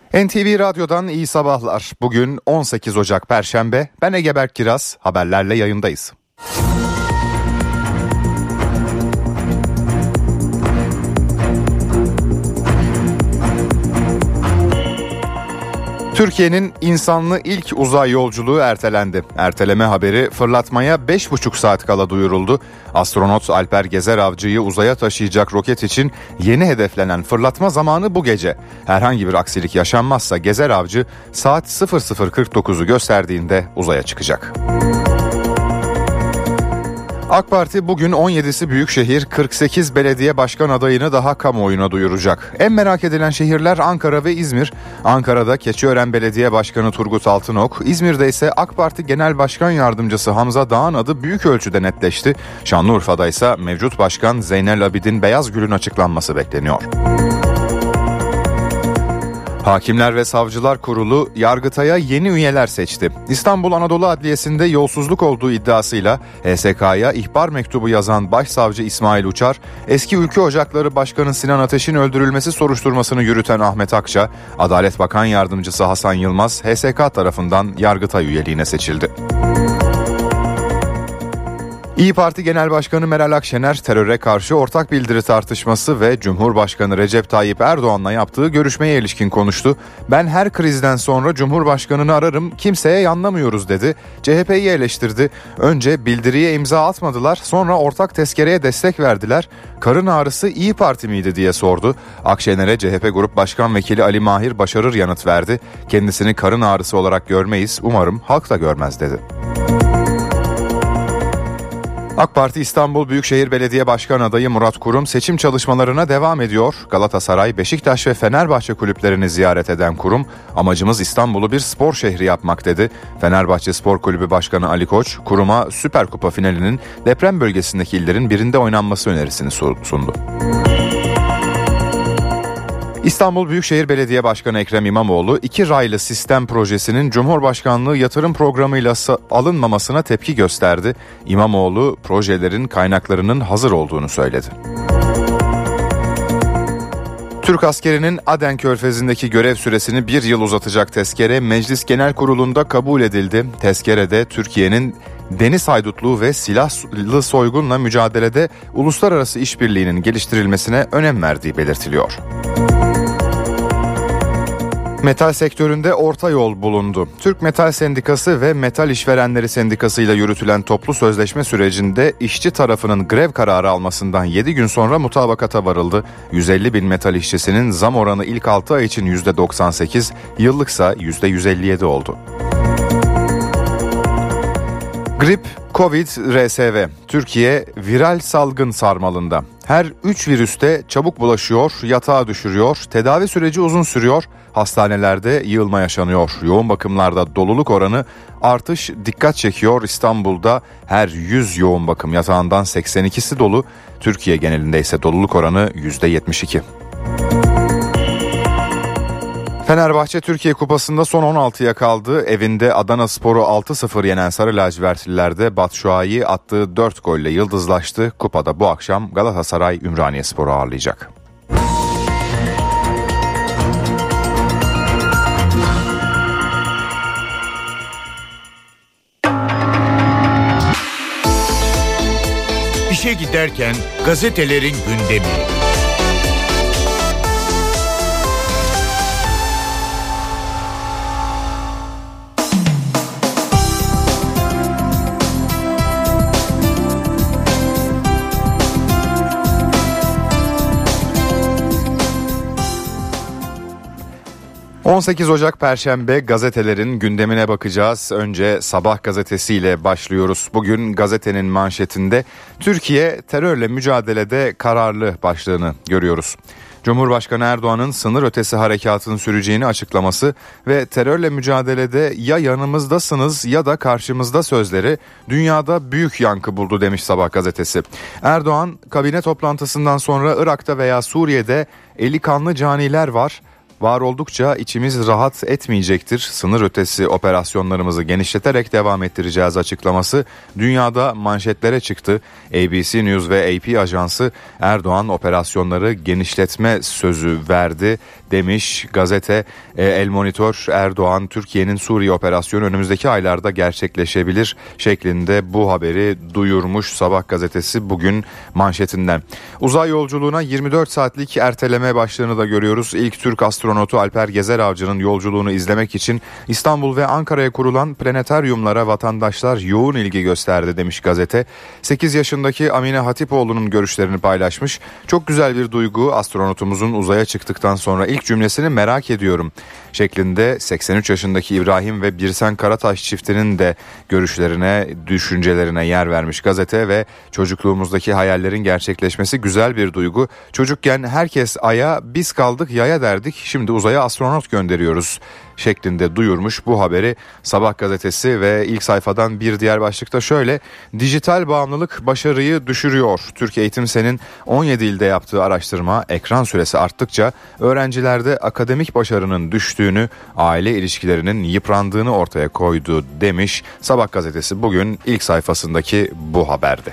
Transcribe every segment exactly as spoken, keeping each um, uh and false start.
N T V Radyo'dan iyi sabahlar. Bugün on sekiz Ocak Perşembe. Ben Egeberk Kiraz. Haberlerle yayındayız. Türkiye'nin insanlı ilk uzay yolculuğu ertelendi. Erteleme haberi fırlatmaya beş buçuk saat kala duyuruldu. Astronot Alper Gezer Avcı'yı uzaya taşıyacak roket için yeni hedeflenen fırlatma zamanı bu gece. Herhangi bir aksilik yaşanmazsa Gezer Avcı saat sıfır sıfır kırk dokuzu gösterdiğinde uzaya çıkacak. AK Parti bugün on yedisi büyükşehir, kırk sekiz belediye başkan adayını daha kamuoyuna duyuracak. En merak edilen şehirler Ankara ve İzmir. Ankara'da Keçiören Belediye Başkanı Turgut Altınok, İzmir'de ise AK Parti Genel Başkan Yardımcısı Hamza Dağ'ın adı büyük ölçüde netleşti. Şanlıurfa'da ise mevcut başkan Zeynel Abidin Beyazgül'ün açıklanması bekleniyor. Hakimler ve Savcılar Kurulu Yargıtay'a yeni üyeler seçti. İstanbul Anadolu Adliyesi'nde yolsuzluk olduğu iddiasıyla H S K'ya ihbar mektubu yazan Başsavcı İsmail Uçar, eski Ülke Ocakları Başkanı Sinan Ateş'in öldürülmesi soruşturmasını yürüten Ahmet Akça, Adalet Bakan Yardımcısı Hasan Yılmaz H S K tarafından Yargıtay üyeliğine seçildi. İYİ Parti Genel Başkanı Meral Akşener, teröre karşı ortak bildiri tartışması ve Cumhurbaşkanı Recep Tayyip Erdoğan'la yaptığı görüşmeye ilişkin konuştu. "Ben her krizden sonra Cumhurbaşkanı'nı ararım, kimseye yanlamıyoruz" dedi. C H P'yi eleştirdi. "Önce bildiriye imza atmadılar, sonra ortak tezkereye destek verdiler. Karın ağrısı İYİ Parti miydi?" diye sordu. Akşener'e C H P Grup Başkan Vekili Ali Mahir Başarır yanıt verdi. "Kendisini karın ağrısı olarak görmeyiz, umarım halk da görmez" dedi. AK Parti İstanbul Büyükşehir Belediye Başkan adayı Murat Kurum seçim çalışmalarına devam ediyor. Galatasaray, Beşiktaş ve Fenerbahçe kulüplerini ziyaret eden Kurum, "Amacımız İstanbul'u bir spor şehri yapmak" dedi. Fenerbahçe Spor Kulübü Başkanı Ali Koç, Kurum'a Süper Kupa finalinin deprem bölgesindeki illerin birinde oynanması önerisini sundu. İstanbul Büyükşehir Belediye Başkanı Ekrem İmamoğlu, iki raylı sistem projesinin Cumhurbaşkanlığı yatırım programıyla alınmamasına tepki gösterdi. İmamoğlu, projelerin kaynaklarının hazır olduğunu söyledi. Türk askerinin Aden Körfezi'ndeki görev süresini bir yıl uzatacak tezkere Meclis Genel Kurulu'nda kabul edildi. Tezkerede Türkiye'nin deniz haydutluğu ve silahlı soygunla mücadelede uluslararası işbirliğinin geliştirilmesine önem verdiği belirtiliyor. Metal sektöründe orta yol bulundu. Türk Metal Sendikası ve Metal İşverenleri Sendikası ile yürütülen toplu sözleşme sürecinde işçi tarafının grev kararı almasından yedi gün sonra mutabakata varıldı. yüz elli bin metal işçisinin zam oranı ilk altı ay için yüzde doksan sekiz, yıllıksa yüzde yüz elli yedi oldu. Grip, Covid, R S V. Türkiye viral salgın sarmalında. Her üç virüste çabuk bulaşıyor, yatağa düşürüyor, tedavi süreci uzun sürüyor, hastanelerde yığılma yaşanıyor. Yoğun bakımlarda doluluk oranı artış dikkat çekiyor. İstanbul'da her yüz yoğun bakım yatağından seksen ikisi dolu, Türkiye genelinde ise doluluk oranı yüzde yetmiş iki. Fenerbahçe Türkiye Kupası'nda son on altıya kaldı. Evinde Adanaspor'u altı sıfır yenen Sarı Lacivertlilerde Batshuayi attığı dört golle yıldızlaştı. Kupada bu akşam Galatasaray Ümraniyespor'u ağırlayacak. İşe giderken gazetelerin gündemi. on sekiz Ocak Perşembe gazetelerin gündemine bakacağız. Önce Sabah gazetesiyle başlıyoruz. Bugün gazetenin manşetinde Türkiye terörle mücadelede kararlı başlığını görüyoruz. Cumhurbaşkanı Erdoğan'ın sınır ötesi harekatın süreceğini açıklaması ve terörle mücadelede ya yanımızdasınız ya da karşımızda sözleri dünyada büyük yankı buldu demiş Sabah gazetesi. Erdoğan, kabine toplantısından sonra Irak'ta veya Suriye'de eli kanlı caniler var. Var oldukça içimiz rahat etmeyecektir. Sınır ötesi operasyonlarımızı genişleterek devam ettireceğiz açıklaması dünyada manşetlere çıktı. A B C News ve A P ajansı Erdoğan operasyonları genişletme sözü verdi. demiş gazete. E, El Monitor, Erdoğan Türkiye'nin Suriye operasyonu önümüzdeki aylarda gerçekleşebilir şeklinde bu haberi duyurmuş Sabah gazetesi bugün manşetinden. Uzay yolculuğuna yirmi dört saatlik erteleme başlığını da görüyoruz. İlk Türk astronotu Alper Gezer Avcı'nın yolculuğunu izlemek için İstanbul ve Ankara'ya kurulan planetaryumlara vatandaşlar yoğun ilgi gösterdi demiş gazete. sekiz yaşındaki Amine Hatipoğlu'nun görüşlerini paylaşmış. Çok güzel bir duygu, astronotumuzun uzaya çıktıktan sonra ilk cümlesini merak ediyorum şeklinde seksen üç yaşındaki İbrahim ve Birsen Karataş çiftinin de görüşlerine, düşüncelerine yer vermiş gazete ve çocukluğumuzdaki hayallerin gerçekleşmesi güzel bir duygu. Çocukken herkes aya, biz kaldık yaya derdik, şimdi uzaya astronot gönderiyoruz şeklinde duyurmuş bu haberi Sabah gazetesi ve ilk sayfadan bir diğer başlıkta şöyle: dijital bağımlılık başarıyı düşürüyor. Türk Eğitim Sen'in on yedi ilde yaptığı araştırma ekran süresi arttıkça öğrencilerde akademik başarının düştüğünü, aile ilişkilerinin yıprandığını ortaya koydu demiş Sabah gazetesi bugün ilk sayfasındaki bu haberde.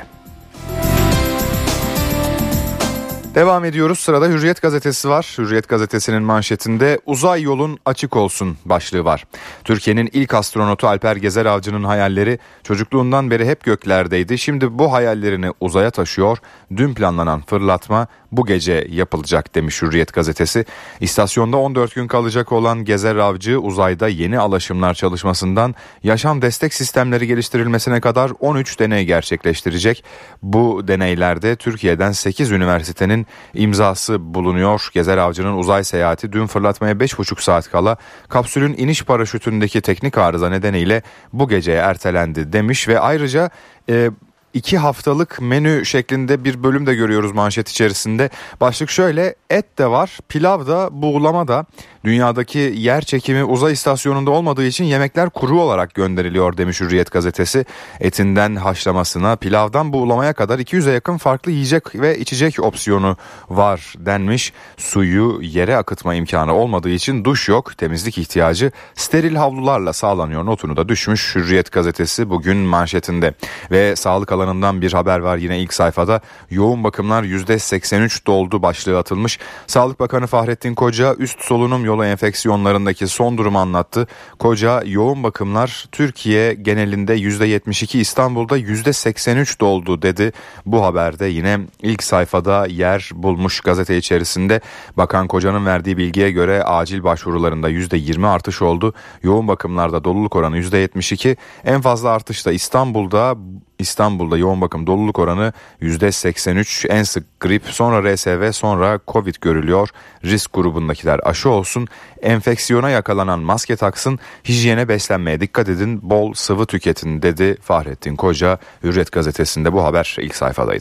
Devam ediyoruz. Sırada Hürriyet gazetesi var. Hürriyet gazetesinin manşetinde uzay yolun açık olsun başlığı var. Türkiye'nin ilk astronotu Alper Gezer Avcı'nın hayalleri çocukluğundan beri hep göklerdeydi. Şimdi bu hayallerini uzaya taşıyor. Dün planlanan fırlatma bu gece yapılacak demiş Hürriyet gazetesi. İstasyonda on dört gün kalacak olan Gezer Avcı uzayda yeni alaşımlar çalışmasından yaşam destek sistemleri geliştirilmesine kadar on üç deney gerçekleştirecek. Bu deneylerde Türkiye'den sekiz üniversitenin imzası bulunuyor. Gezer Avcı'nın uzay seyahati dün fırlatmaya beş buçuk saat kala kapsülün iniş paraşütündeki teknik arıza nedeniyle bu geceye ertelendi demiş ve ayrıca e, İki haftalık menü şeklinde bir bölüm de görüyoruz manşet içerisinde. Başlık şöyle: et de var, pilav da, buğulama da. Dünyadaki yer çekimi uzay istasyonunda olmadığı için yemekler kuru olarak gönderiliyor demiş Hürriyet gazetesi. Etinden haşlamasına, pilavdan buğulamaya kadar iki yüze yakın farklı yiyecek ve içecek opsiyonu var denmiş. Suyu yere akıtma imkanı olmadığı için duş yok, temizlik ihtiyacı steril havlularla sağlanıyor notunu da düşmüş Hürriyet gazetesi bugün manşetinde. Ve sağlık alanından bir haber var yine ilk sayfada. Yoğun bakımlar yüzde seksen üç doldu başlığı atılmış. Sağlık Bakanı Fahrettin Koca üst solunum yolu enfeksiyonlarındaki son durumu anlattı. Koca yoğun bakımlar Türkiye genelinde yüzde yetmiş iki, İstanbul'da yüzde seksen üç doldu dedi. Bu haberde yine ilk sayfada yer bulmuş gazete içerisinde. Bakan Koca'nın verdiği bilgiye göre acil başvurularında yüzde yirmi artış oldu. Yoğun bakımlarda doluluk oranı yüzde yetmiş iki. En fazla artış da İstanbul'da. İstanbul'da yoğun bakım doluluk oranı yüzde seksen üç. En sık grip, sonra R S V, sonra Covid görülüyor. Risk grubundakiler aşı olsun, enfeksiyona yakalanan maske taksın, hijyene, beslenmeye dikkat edin, bol sıvı tüketin dedi Fahrettin Koca. Hürriyet gazetesinde bu haber ilk sayfadaydı.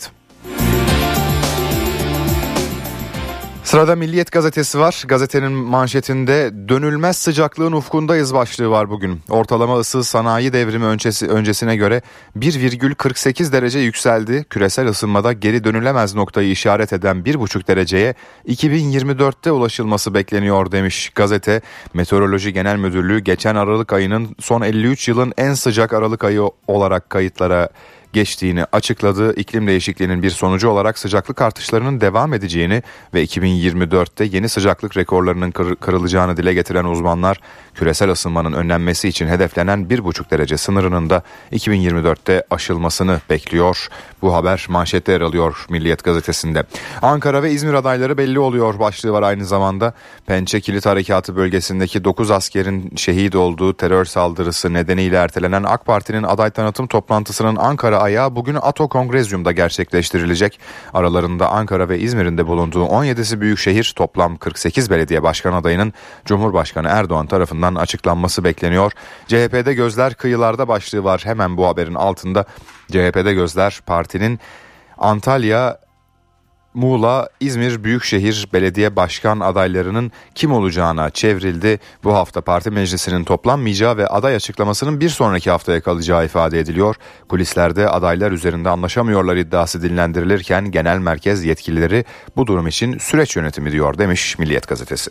Sırada Milliyet gazetesi var. Gazetenin manşetinde dönülmez sıcaklığın ufkundayız başlığı var bugün. Ortalama ısı sanayi devrimi öncesi, öncesine göre bir virgül kırk sekiz derece yükseldi. Küresel ısınmada geri dönülemez noktayı işaret eden bir buçuk dereceye iki bin yirmi dörtte ulaşılması bekleniyor demiş gazete. Meteoroloji Genel Müdürlüğü geçen Aralık ayının son elli üç yılın en sıcak Aralık ayı olarak kayıtlara geçtiğini açıkladı. İklim değişikliğinin bir sonucu olarak sıcaklık artışlarının devam edeceğini ve iki bin yirmi dörtte yeni sıcaklık rekorlarının kırılacağını dile getiren uzmanlar, küresel ısınmanın önlenmesi için hedeflenen bir buçuk derece sınırının da iki bin yirmi dörtte aşılmasını bekliyor. Bu haber manşette yer alıyor Milliyet gazetesinde. Ankara ve İzmir adayları belli oluyor başlığı var aynı zamanda. Pençe Kilit Harekatı bölgesindeki dokuz askerin şehit olduğu terör saldırısı nedeniyle ertelenen AK Parti'nin aday tanıtım toplantısının Ankara ayağı bugün Ato Kongrezyum'da gerçekleştirilecek. Aralarında Ankara ve İzmir'in de bulunduğu on yedisi büyükşehir, toplam kırk sekiz belediye başkan adayının Cumhurbaşkanı Erdoğan tarafından açıklanması bekleniyor. C H P'de gözler kıyılarda başlığı var hemen bu haberin altında. C H P'de gözler partinin Antalya, Muğla, İzmir Büyükşehir Belediye Başkan adaylarının kim olacağına çevrildi. Bu hafta parti meclisinin toplanmayacağı ve aday açıklamasının bir sonraki haftaya kalacağı ifade ediliyor. Kulislerde adaylar üzerinde anlaşamıyorlar iddiası dillendirilirken genel merkez yetkilileri bu durum için süreç yönetimi diyor demiş Milliyet gazetesi.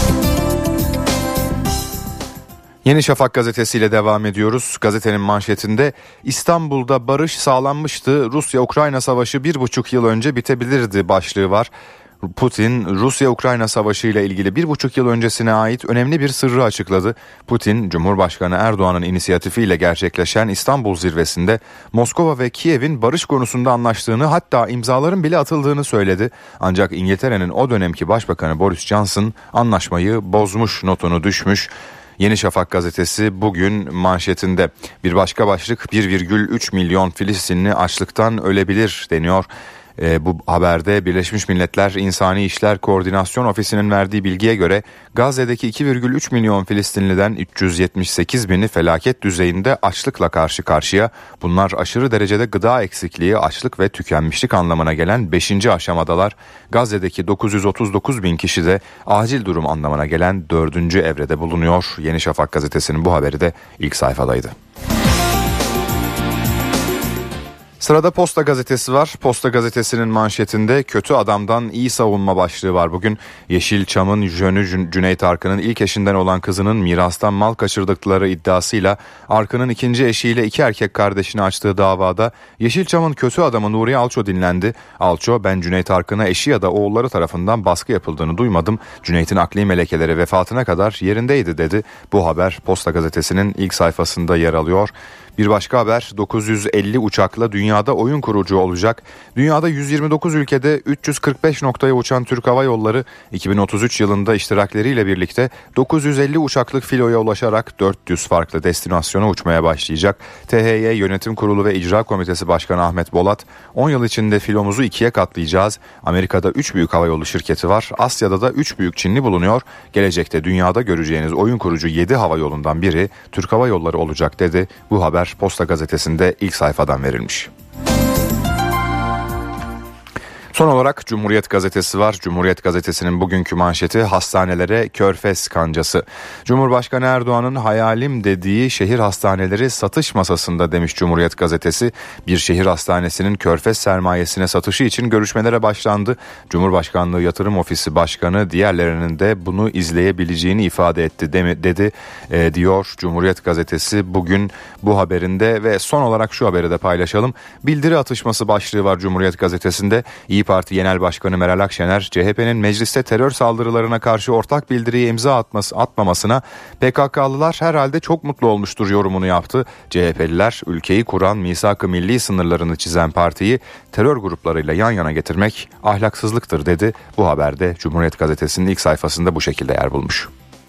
Yeni Şafak gazetesiyle devam ediyoruz. Gazetenin manşetinde İstanbul'da barış sağlanmıştı. Rusya-Ukrayna savaşı bir buçuk yıl önce bitebilirdi başlığı var. Putin, Rusya-Ukrayna savaşı ile ilgili bir buçuk yıl öncesine ait önemli bir sırrı açıkladı. Putin, Cumhurbaşkanı Erdoğan'ın inisiyatifiyle gerçekleşen İstanbul zirvesinde Moskova ve Kiev'in barış konusunda anlaştığını, hatta imzaların bile atıldığını söyledi. Ancak İngiltere'nin o dönemki Başbakanı Boris Johnson anlaşmayı bozmuş notunu düşmüş. Yeni Şafak gazetesi bugün manşetinde bir başka başlık, bir virgül üç milyon Filistinli açlıktan ölebilir deniyor. E, bu haberde Birleşmiş Milletler İnsani İşler Koordinasyon Ofisi'nin verdiği bilgiye göre Gazze'deki iki virgül üç milyon Filistinliden üç yüz yetmiş sekiz bini felaket düzeyinde açlıkla karşı karşıya. Bunlar aşırı derecede gıda eksikliği, açlık ve tükenmişlik anlamına gelen beşinci aşamadalar. Gazze'deki dokuz yüz otuz dokuz bin kişi de acil durum anlamına gelen dördüncü evrede bulunuyor. Yeni Şafak gazetesinin bu haberi de ilk sayfadaydı. Sırada Posta gazetesi var. Posta gazetesinin manşetinde kötü adamdan iyi savunma başlığı var bugün. Yeşilçam'ın jönü Cüneyt Arkın'ın ilk eşinden olan kızının mirastan mal kaçırdıkları iddiasıyla Arkın'ın ikinci eşiyle iki erkek kardeşini açtığı davada Yeşilçam'ın kötü adamı Nuriye Alço dinlendi. Alço, ben Cüneyt Arkın'a eşi ya da oğulları tarafından baskı yapıldığını duymadım. Cüneyt'in akli melekeleri vefatına kadar yerindeydi dedi. Bu haber Posta gazetesinin ilk sayfasında yer alıyor. Bir başka haber, dokuz yüz elli uçakla dünyada oyun kurucu olacak. Dünyada yüz yirmi dokuz ülkede üç yüz kırk beş noktaya uçan Türk Hava Yolları iki bin otuz üç yılında iştirakleriyle birlikte dokuz yüz elli uçaklık filoya ulaşarak dört yüz farklı destinasyona uçmaya başlayacak. T H Y Yönetim Kurulu ve İcra Komitesi Başkanı Ahmet Bolat, on yıl içinde filomuzu ikiye katlayacağız. Amerika'da üç büyük havayolu şirketi var. Asya'da da üç büyük Çinli bulunuyor. Gelecekte dünyada göreceğiniz oyun kurucu yedi havayolundan biri Türk Hava Yolları olacak dedi. Bu haber Posta gazetesinde ilk sayfadan verilmiş. Son olarak Cumhuriyet gazetesi var. Cumhuriyet gazetesinin bugünkü manşeti hastanelere körfez kancası. Cumhurbaşkanı Erdoğan'ın hayalim dediği şehir hastaneleri satış masasında demiş Cumhuriyet gazetesi. Bir şehir hastanesinin körfez sermayesine satışı için görüşmelere başlandı. Cumhurbaşkanlığı Yatırım Ofisi Başkanı diğerlerinin de bunu izleyebileceğini ifade etti dedi e, diyor Cumhuriyet gazetesi bugün bu haberinde. Ve son olarak şu haberi de paylaşalım. Bildiri atışması başlığı var Cumhuriyet gazetesinde. İYİ Parti Genel Başkanı Meral Akşener, C H P'nin mecliste terör saldırılarına karşı ortak bildiriye imza atması, atmamasına P K K'lılar herhalde çok mutlu olmuştur yorumunu yaptı. C H P'liler ülkeyi kuran, misak-ı milli sınırlarını çizen partiyi terör gruplarıyla yan yana getirmek ahlaksızlıktır dedi. Bu haberde Cumhuriyet Gazetesi'nin ilk sayfasında bu şekilde yer bulmuş.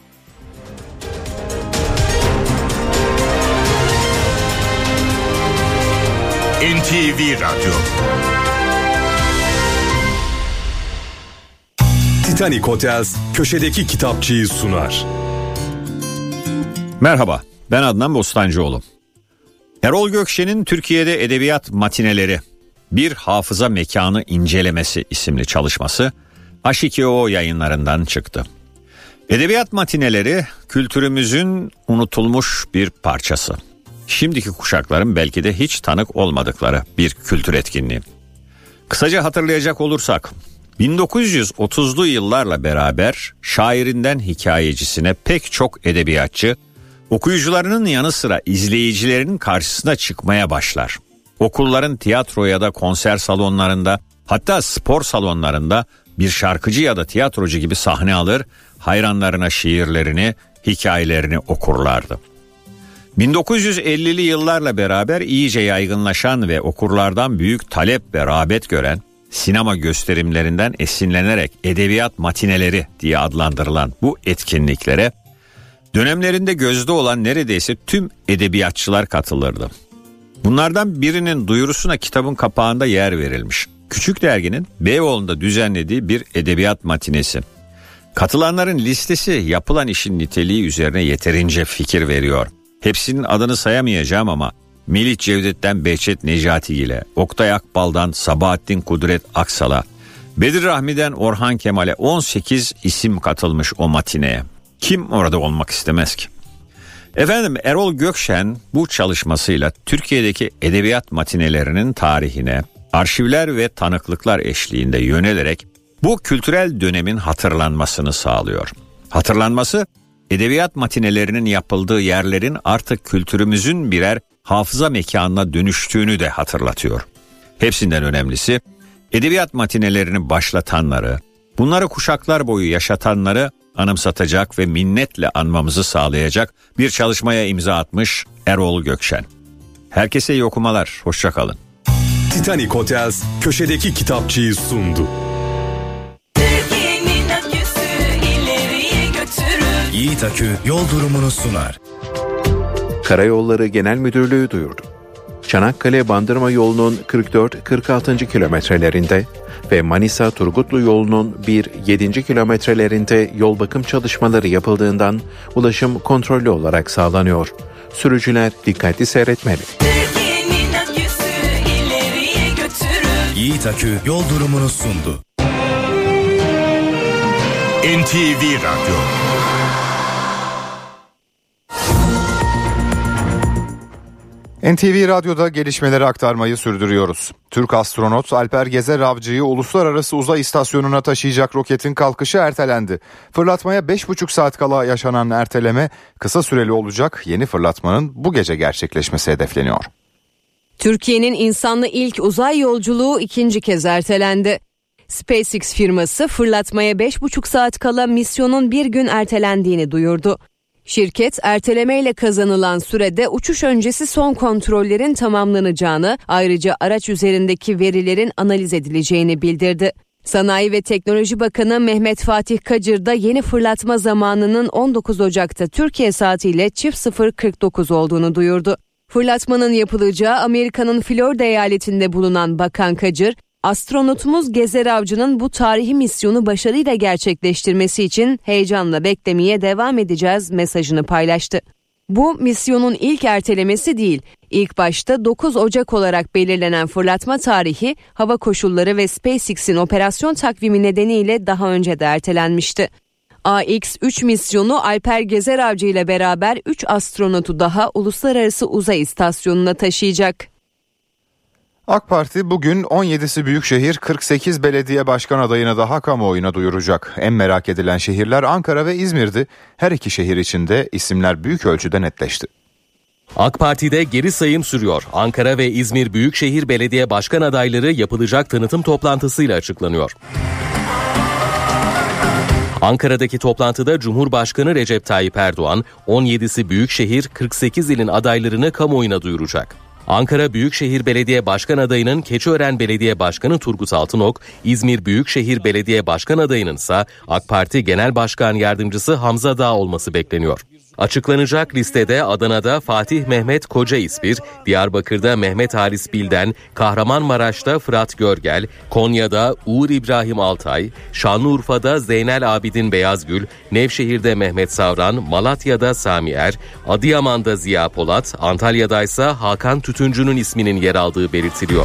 N T V Radyo. Titanic Hotels köşedeki kitapçıyı sunar. Merhaba, ben Adnan Bostancıoğlu. Erol Gökşen'in Türkiye'de Edebiyat Matineleri, Bir Hafıza Mekanı İncelemesi isimli çalışması H iki O yayınlarından çıktı. Edebiyat matineleri kültürümüzün unutulmuş bir parçası. Şimdiki kuşakların belki de hiç tanık olmadıkları bir kültür etkinliği. Kısaca hatırlayacak olursak, bin dokuz yüz otuzlu yıllarla beraber şairinden hikayecisine pek çok edebiyatçı okuyucularının yanı sıra izleyicilerinin karşısına çıkmaya başlar. Okulların tiyatro ya da konser salonlarında, hatta spor salonlarında bir şarkıcı ya da tiyatrocu gibi sahne alır, hayranlarına şiirlerini, hikayelerini okurlardı. bin dokuz yüz ellili yıllarla beraber iyice yaygınlaşan ve okurlardan büyük talep ve rağbet gören sinema gösterimlerinden esinlenerek edebiyat matineleri diye adlandırılan bu etkinliklere dönemlerinde gözde olan neredeyse tüm edebiyatçılar katılırdı. Bunlardan birinin duyurusuna kitabın kapağında yer verilmiş. Küçük Dergi'nin Beyoğlu'nda düzenlediği bir edebiyat matinesi. Katılanların listesi yapılan işin niteliği üzerine yeterince fikir veriyor. Hepsinin adını sayamayacağım ama Melih Cevdet'ten Behçet Necatigil'e, Oktay Akbal'dan Sabahattin Kudret Aksal'a, Bedir Rahmi'den Orhan Kemal'e on sekiz isim katılmış o matineye. Kim orada olmak istemez ki? Efendim, Erol Gökşen bu çalışmasıyla Türkiye'deki edebiyat matinelerinin tarihine, arşivler ve tanıklıklar eşliğinde yönelerek bu kültürel dönemin hatırlanmasını sağlıyor. Hatırlanması, edebiyat matinelerinin yapıldığı yerlerin artık kültürümüzün birer hafıza mekanına dönüştüğünü de hatırlatıyor. Hepsinden önemlisi, edebiyat matinelerini başlatanları, Bunları kuşaklar boyu yaşatanları anımsatacak ve minnetle anmamızı sağlayacak bir çalışmaya imza atmış Erol Gökşen. Herkese iyi okumalar, hoşça kalın. Titanic Hotels köşedeki kitapçıyı sundu. Yiğit Akü yol durumunu sunar. Karayolları Genel Müdürlüğü duyurdu. Çanakkale-Bandırma yolunun kırk dört kırk altı kilometrelerinde ve Manisa-Turgutlu yolunun bir yedi kilometrelerinde yol bakım çalışmaları yapıldığından ulaşım kontrollü olarak sağlanıyor. Sürücüler dikkatli seyretmeli. Yiğit Akü yol durumunu sundu. N T V Radyo. N T V Radyo'da gelişmeleri aktarmayı sürdürüyoruz. Türk astronot Alper Gezer Avcı'yı Uluslararası Uzay İstasyonu'na taşıyacak roketin kalkışı ertelendi. Fırlatmaya beş buçuk saat kala yaşanan erteleme kısa süreli olacak, yeni fırlatmanın bu gece gerçekleşmesi hedefleniyor. Türkiye'nin insanlı ilk uzay yolculuğu ikinci kez ertelendi. SpaceX firması fırlatmaya beş buçuk saat kala misyonun bir gün ertelendiğini duyurdu. Şirket ertelemeyle kazanılan sürede uçuş öncesi son kontrollerin tamamlanacağını, ayrıca araç üzerindeki verilerin analiz edileceğini bildirdi. Sanayi ve Teknoloji Bakanı Mehmet Fatih Kacır da yeni fırlatma zamanının on dokuz Ocak'ta Türkiye saatiyle çift sıfır kırk dokuz olduğunu duyurdu. Fırlatmanın yapılacağı Amerika'nın Florida eyaletinde bulunan Bakan Kacır, astronotumuz Gezer Avcı'nın bu tarihi misyonu başarıyla gerçekleştirmesi için heyecanla beklemeye devam edeceğiz mesajını paylaştı. Bu misyonun ilk ertelemesi değil. İlk başta dokuz Ocak olarak belirlenen fırlatma tarihi hava koşulları ve SpaceX'in operasyon takvimi nedeniyle daha önce de ertelenmişti. A X üç misyonu Alper Gezer Avcı ile beraber üç astronotu daha Uluslararası Uzay İstasyonu'na taşıyacak. AK Parti bugün on yedisi büyükşehir, kırk sekiz belediye başkan adayını daha kamuoyuna duyuracak. En merak edilen şehirler Ankara ve İzmir'di. Her iki şehir içinde isimler büyük ölçüde netleşti. AK Parti'de geri sayım sürüyor. Ankara ve İzmir Büyükşehir Belediye Başkan adayları yapılacak tanıtım toplantısıyla açıklanıyor. Ankara'daki toplantıda Cumhurbaşkanı Recep Tayyip Erdoğan, on yedisi büyükşehir, kırk sekiz ilin adaylarını kamuoyuna duyuracak. Ankara Büyükşehir Belediye Başkan adayının Keçiören Belediye Başkanı Turgut Altınok, İzmir Büyükşehir Belediye Başkan adayının ise AK Parti Genel Başkan Yardımcısı Hamza Dağ olması bekleniyor. Açıklanacak listede Adana'da Fatih Mehmet Koca İspir, Diyarbakır'da Mehmet Halis Bilden, Kahramanmaraş'ta Fırat Görgel, Konya'da Uğur İbrahim Altay, Şanlıurfa'da Zeynel Abidin Beyazgül, Nevşehir'de Mehmet Savran, Malatya'da Sami Er, Adıyaman'da Ziya Polat, Antalya'da ise Hakan Tütüncü'nün isminin yer aldığı belirtiliyor.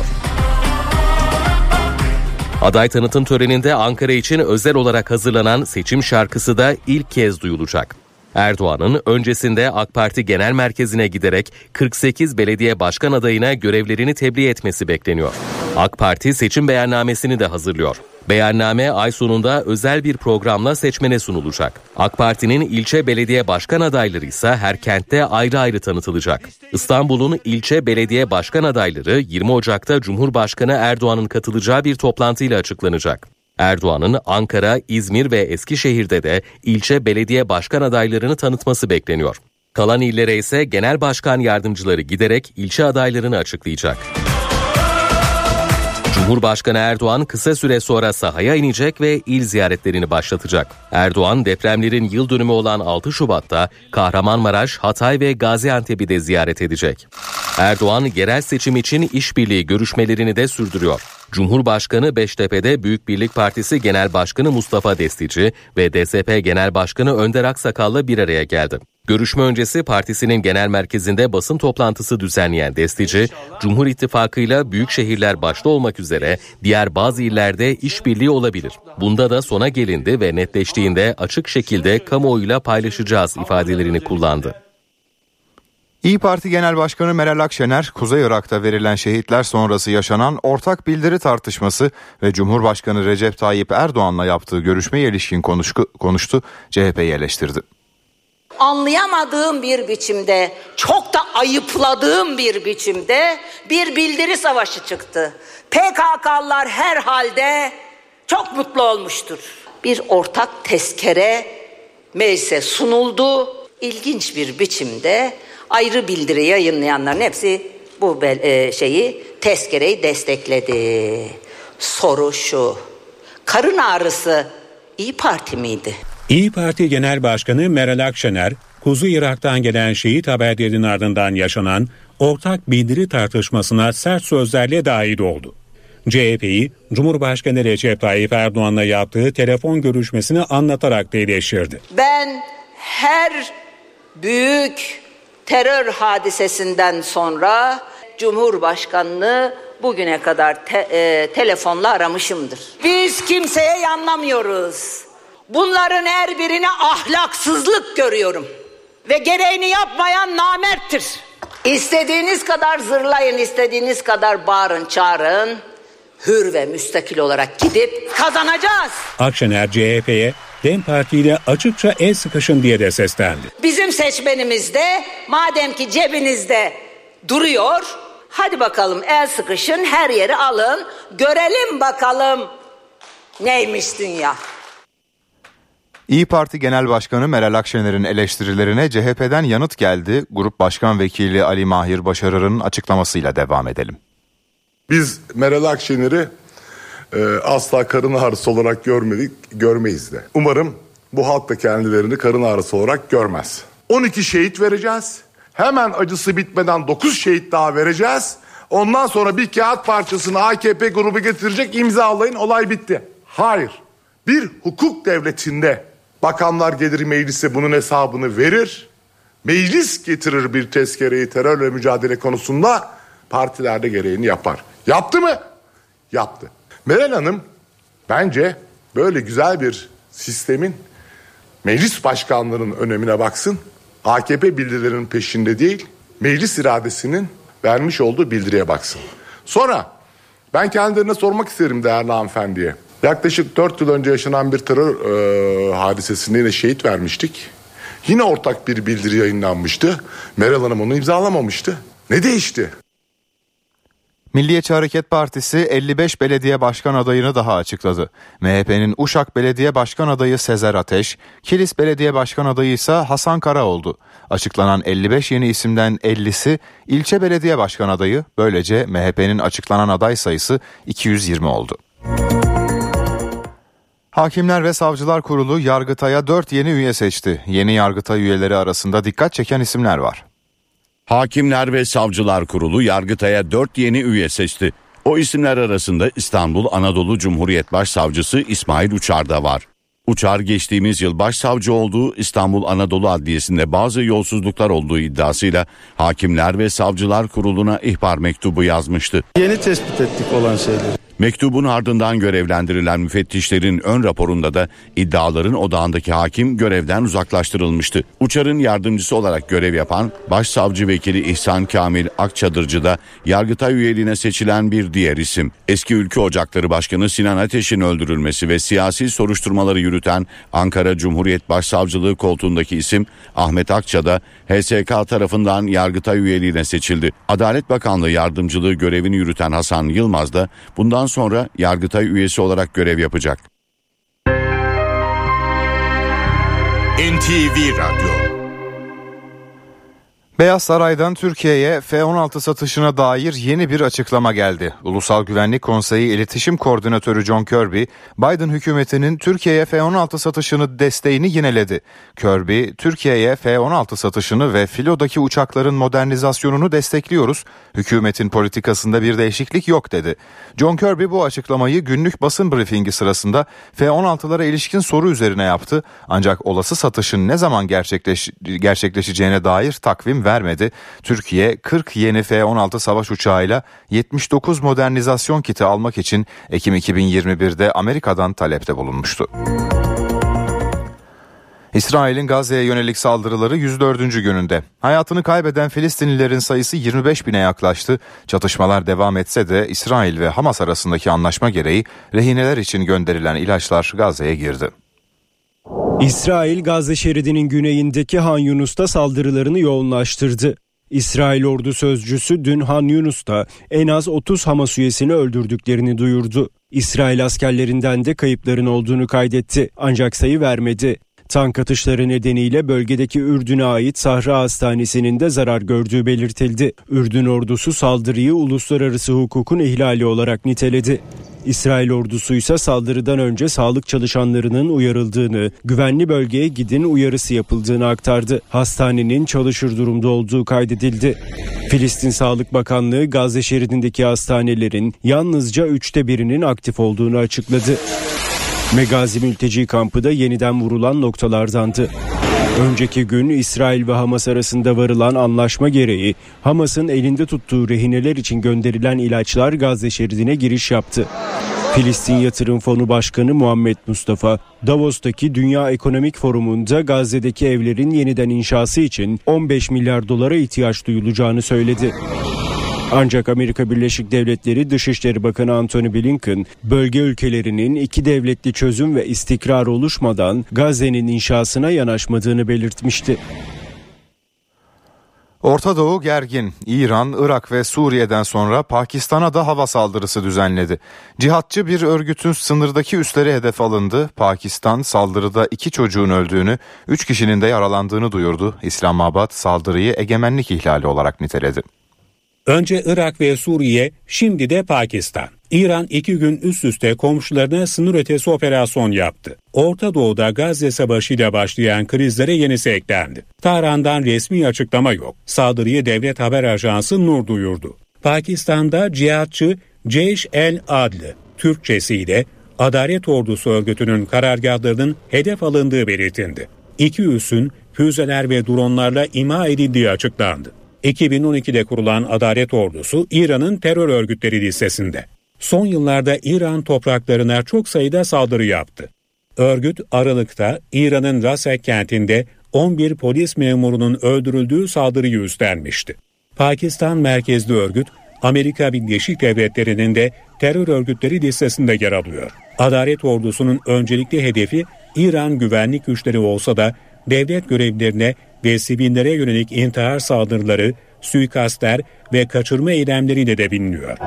Aday tanıtım töreninde Ankara için özel olarak hazırlanan seçim şarkısı da ilk kez duyulacak. Erdoğan'ın öncesinde AK Parti Genel Merkezi'ne giderek kırk sekiz belediye başkan adayına görevlerini tebliğ etmesi bekleniyor. AK Parti seçim beyannamesini de hazırlıyor. Beyanname ay sonunda özel bir programla seçmene sunulacak. AK Parti'nin ilçe belediye başkan adayları ise her kentte ayrı ayrı tanıtılacak. İstanbul'un ilçe belediye başkan adayları yirmi Ocak'ta Cumhurbaşkanı Erdoğan'ın katılacağı bir toplantıyla açıklanacak. Erdoğan'ın Ankara, İzmir ve Eskişehir'de de ilçe belediye başkan adaylarını tanıtması bekleniyor. Kalan illere ise genel başkan yardımcıları giderek ilçe adaylarını açıklayacak. Cumhurbaşkanı Erdoğan kısa süre sonra sahaya inecek ve il ziyaretlerini başlatacak. Erdoğan depremlerin yıl dönümü olan altı Şubat'ta Kahramanmaraş, Hatay ve Gaziantep'i de ziyaret edecek. Erdoğan yerel seçim için işbirliği görüşmelerini de sürdürüyor. Cumhurbaşkanı Beştepe'de Büyük Birlik Partisi Genel Başkanı Mustafa Destici ve D S P Genel Başkanı Önder Aksakal'la bir araya geldi. Görüşme öncesi partisinin genel merkezinde basın toplantısı düzenleyen Destici, Cumhur İttifakı'yla büyük şehirler başta olmak üzere diğer bazı illerde işbirliği olabilir. Bunda da sona gelindi ve netleştiğinde açık şekilde kamuoyuyla paylaşacağız ifadelerini kullandı. İYİ Parti Genel Başkanı Meral Akşener, Kuzey Irak'ta verilen şehitler sonrası yaşanan ortak bildiri tartışması ve Cumhurbaşkanı Recep Tayyip Erdoğan'la yaptığı görüşmeye ilişkin konuşku, konuştu, C H P'yi eleştirdi. Anlayamadığım bir biçimde, çok da ayıpladığım bir biçimde bir bildiri savaşı çıktı. P K K'lılar herhalde çok mutlu olmuştur. Bir ortak tezkere meclise sunuldu. İlginç bir biçimde ayrı bildiri yayınlayanların hepsi bu şeyi, tezkereyi destekledi. Soru şu: karın ağrısı İYİ Parti miydi? İYİ Parti Genel Başkanı Meral Akşener, Kuzey Irak'tan gelen şehit haberlerinin ardından yaşanan ortak bildiri tartışmasına sert sözlerle dahil oldu. C H P'yi Cumhurbaşkanı Recep Tayyip Erdoğan'la yaptığı telefon görüşmesini anlatarak da eleştirdi. Ben her büyük terör hadisesinden sonra Cumhurbaşkanlığı bugüne kadar te- e, telefonla aramışımdır. Biz kimseye yanlamıyoruz. Bunların her birine ahlaksızlık görüyorum. Ve gereğini yapmayan namerttir. İstediğiniz kadar zırlayın, istediğiniz kadar bağırın, çağırın. Hür ve müstakil olarak gidip kazanacağız. Akşener C H P'ye DEM Parti ile açıkça el sıkışın diye de seslendi. Bizim seçmenimiz de madem ki cebinizde duruyor, hadi bakalım el sıkışın, her yeri alın, görelim bakalım neymiş dünya. İYİ Parti Genel Başkanı Meral Akşener'in eleştirilerine C H P'den yanıt geldi. Grup Başkan Vekili Ali Mahir Başarır'ın açıklamasıyla devam edelim. Biz Meral Akşener'i e, asla karın ağrısı olarak görmedik, görmeyiz de. Umarım bu halk da kendilerini karın ağrısı olarak görmez. on iki şehit vereceğiz. Hemen acısı bitmeden dokuz şehit daha vereceğiz. Ondan sonra bir kağıt parçasını A K P grubu getirecek, imzalayın, olay bitti. Hayır. Bir hukuk devletinde bakanlar gelir meclise bunun hesabını verir. Meclis getirir bir tezkereyi terörle mücadele konusunda, partiler de gereğini yapar. Yaptı mı? Yaptı. Meral Hanım bence böyle güzel bir sistemin meclis başkanlarının önemine baksın. A K P bildirilerinin peşinde değil, meclis iradesinin vermiş olduğu bildiriye baksın. Sonra ben kendilerine sormak isterim değerli hanımefendiye. Yaklaşık dört yıl önce yaşanan bir terör e, hadisesinde yine şehit vermiştik. Yine ortak bir bildiri yayınlanmıştı. Meral Hanım onu imzalamamıştı. Ne değişti? Milliyetçi Hareket Partisi elli beş belediye başkan adayını daha açıkladı. M H P'nin Uşak Belediye Başkan adayı Sezer Ateş, Kilis Belediye Başkan adayı ise Hasan Kara oldu. Açıklanan elli beş yeni isimden ellisi ilçe belediye başkan adayı, böylece M H P'nin açıklanan aday sayısı iki yüz yirmi oldu. Hakimler ve Savcılar Kurulu Yargıtay'a dört yeni üye seçti. Yeni Yargıtay üyeleri arasında dikkat çeken isimler var. Hakimler ve Savcılar Kurulu Yargıtay'a dört yeni üye seçti. O isimler arasında İstanbul Anadolu Cumhuriyet Başsavcısı İsmail Uçar da var. Uçar geçtiğimiz yıl başsavcı olduğu İstanbul Anadolu Adliyesi'nde bazı yolsuzluklar olduğu iddiasıyla Hakimler ve Savcılar Kurulu'na ihbar mektubu yazmıştı. Yeni tespit ettik olan şeyleri. Mektubun ardından görevlendirilen müfettişlerin ön raporunda da iddiaların odağındaki hakim görevden uzaklaştırılmıştı. Uçar'ın yardımcısı olarak görev yapan Başsavcı Vekili İhsan Kamil Akçadırcı da Yargıtay üyeliğine seçilen bir diğer isim. Eski Ülke Ocakları Başkanı Sinan Ateş'in öldürülmesi ve siyasi soruşturmaları yürüten Ankara Cumhuriyet Başsavcılığı koltuğundaki isim Ahmet Akça da H S K tarafından Yargıtay üyeliğine seçildi. Adalet Bakanlığı yardımcılığı görevini yürüten Hasan Yılmaz da bundan sonra Yargıtay üyesi olarak görev yapacak. N T V Radyo. Beyaz Saray'dan Türkiye'ye F on altı satışına dair yeni bir açıklama geldi. Ulusal Güvenlik Konseyi İletişim Koordinatörü John Kirby, Biden hükümetinin Türkiye'ye F on altı satışını desteğini yineledi. Kirby, Türkiye'ye F on altı satışını ve filodaki uçakların modernizasyonunu destekliyoruz. Hükümetin politikasında bir değişiklik yok dedi. John Kirby bu açıklamayı günlük basın brifingi sırasında F on altılara ilişkin soru üzerine yaptı. Ancak olası satışın ne zaman gerçekleş, gerçekleşeceğine dair takvim vermedi. Türkiye kırk yeni F on altı savaş uçağıyla yetmiş dokuz modernizasyon kiti almak için Ekim iki bin yirmi birde Amerika'dan talepte bulunmuştu. İsrail'in Gazze'ye yönelik saldırıları yüz dördüncü gününde. Hayatını kaybeden Filistinlilerin sayısı yirmi beş bine yaklaştı. Çatışmalar devam etse de İsrail ve Hamas arasındaki anlaşma gereği rehineler için gönderilen ilaçlar Gazze'ye girdi. İsrail, Gazze şeridinin güneyindeki Han Yunus'ta saldırılarını yoğunlaştırdı. İsrail ordu sözcüsü dün Han Yunus'ta en az otuz Hamas üyesini öldürdüklerini duyurdu. İsrail askerlerinden de kayıpların olduğunu kaydetti ancak sayı vermedi. Tank atışları nedeniyle bölgedeki Ürdün'e ait Sahra Hastanesi'nin de zarar gördüğü belirtildi. Ürdün ordusu saldırıyı uluslararası hukukun ihlali olarak niteledi. İsrail ordusu ise saldırıdan önce sağlık çalışanlarının uyarıldığını, güvenli bölgeye gidin uyarısı yapıldığını aktardı. Hastanenin çalışır durumda olduğu kaydedildi. Filistin Sağlık Bakanlığı Gazze şeridindeki hastanelerin yalnızca üçte birinin aktif olduğunu açıkladı. Megazi mülteci kampı da yeniden vurulan noktalardandı. Önceki gün İsrail ve Hamas arasında varılan anlaşma gereği Hamas'ın elinde tuttuğu rehineler için gönderilen ilaçlar Gazze şeridine giriş yaptı. Filistin Yatırım Fonu Başkanı Muhammed Mustafa, Davos'taki Dünya Ekonomik Forumu'nda Gazze'deki evlerin yeniden inşası için on beş milyar dolara ihtiyaç duyulacağını söyledi. Ancak Amerika Birleşik Devletleri Dışişleri Bakanı Antony Blinken, bölge ülkelerinin iki devletli çözüm ve istikrar oluşmadan Gazze'nin inşasına yanaşmadığını belirtmişti. Orta Doğu gergin. İran, Irak ve Suriye'den sonra Pakistan'a da hava saldırısı düzenledi. Cihatçı bir örgütün sınırdaki üsleri hedef alındı. Pakistan saldırıda iki çocuğun öldüğünü, üç kişinin de yaralandığını duyurdu. İslamabad saldırıyı egemenlik ihlali olarak niteledi. Önce Irak ve Suriye, şimdi de Pakistan. İran iki gün üst üste komşularına sınır ötesi operasyon yaptı. Orta Doğu'da Gazze Savaşı'yla başlayan krizlere yenisi eklendi. Tahran'dan resmi açıklama yok. Saldırıyı devlet haber ajansı Nur duyurdu. Pakistan'da cihatçı Ceyş-el-Adl, Türkçesiyle Adalet Ordusu örgütünün karargahlarının hedef alındığı belirtildi. İki üssün füzeler ve dronlarla imha edildiği açıklandı. iki bin on ikide kurulan Adalet Ordusu İran'ın terör örgütleri listesinde. Son yıllarda İran topraklarına çok sayıda saldırı yaptı. Örgüt Aralık'ta İran'ın Rasek kentinde on bir polis memurunun öldürüldüğü saldırıyı üstlenmişti. Pakistan merkezli örgüt Amerika Birleşik Devletleri'nin de terör örgütleri listesinde yer alıyor. Adalet Ordusu'nun öncelikli hedefi İran güvenlik güçleri olsa da devlet görevlilerine ve sivillere yönelik intihar saldırıları, suikastler ve kaçırma eylemleriyle de biliniyor.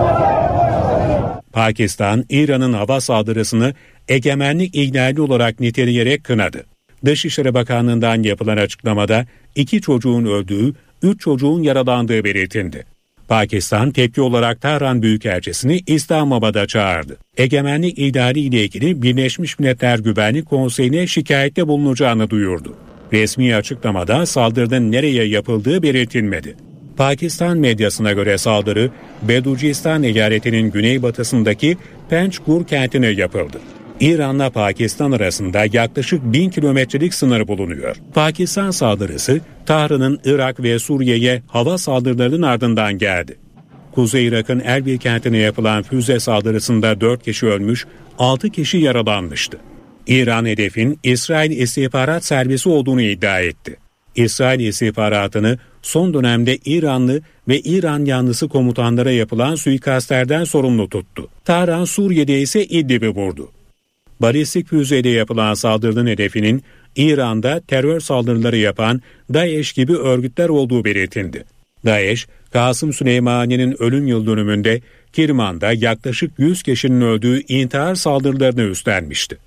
Pakistan, İran'ın hava saldırısını egemenlik ihlali olarak niteleyerek kınadı. Dışişleri Bakanlığı'ndan yapılan açıklamada iki çocuğun öldüğü, üç çocuğun yaralandığı belirtildi. Pakistan tepki olarak Tahran Büyükelçisi'ni İslamabad'a çağırdı. Egemenlik ihlali ile ilgili Birleşmiş Milletler Güvenlik Konseyi'ne şikayette bulunacağını duyurdu. Resmi açıklamada saldırının nereye yapıldığı belirtilmedi. Pakistan medyasına göre saldırı Belucistan eyaletinin güneybatısındaki Penchgur kentine yapıldı. İran'la Pakistan arasında yaklaşık bin kilometrelik sınır bulunuyor. Pakistan saldırısı Tahran'ın Irak ve Suriye'ye hava saldırılarının ardından geldi. Kuzey Irak'ın Erbil kentine yapılan füze saldırısında dört kişi ölmüş, altı kişi yaralanmıştı. İran hedefin İsrail İstihbarat Servisi olduğunu iddia etti. İsrail istihbaratını son dönemde İranlı ve İran yanlısı komutanlara yapılan suikastlerden sorumlu tuttu. Tahran Suriye'de ise İdlib'i vurdu. Balistik füzeyle yapılan saldırının hedefinin İran'da terör saldırıları yapan DAEŞ gibi örgütler olduğu belirtildi. DAEŞ, Kasım Süleymani'nin ölüm yıl dönümünde Kirman'da yaklaşık yüz kişinin öldüğü intihar saldırılarını üstlenmişti.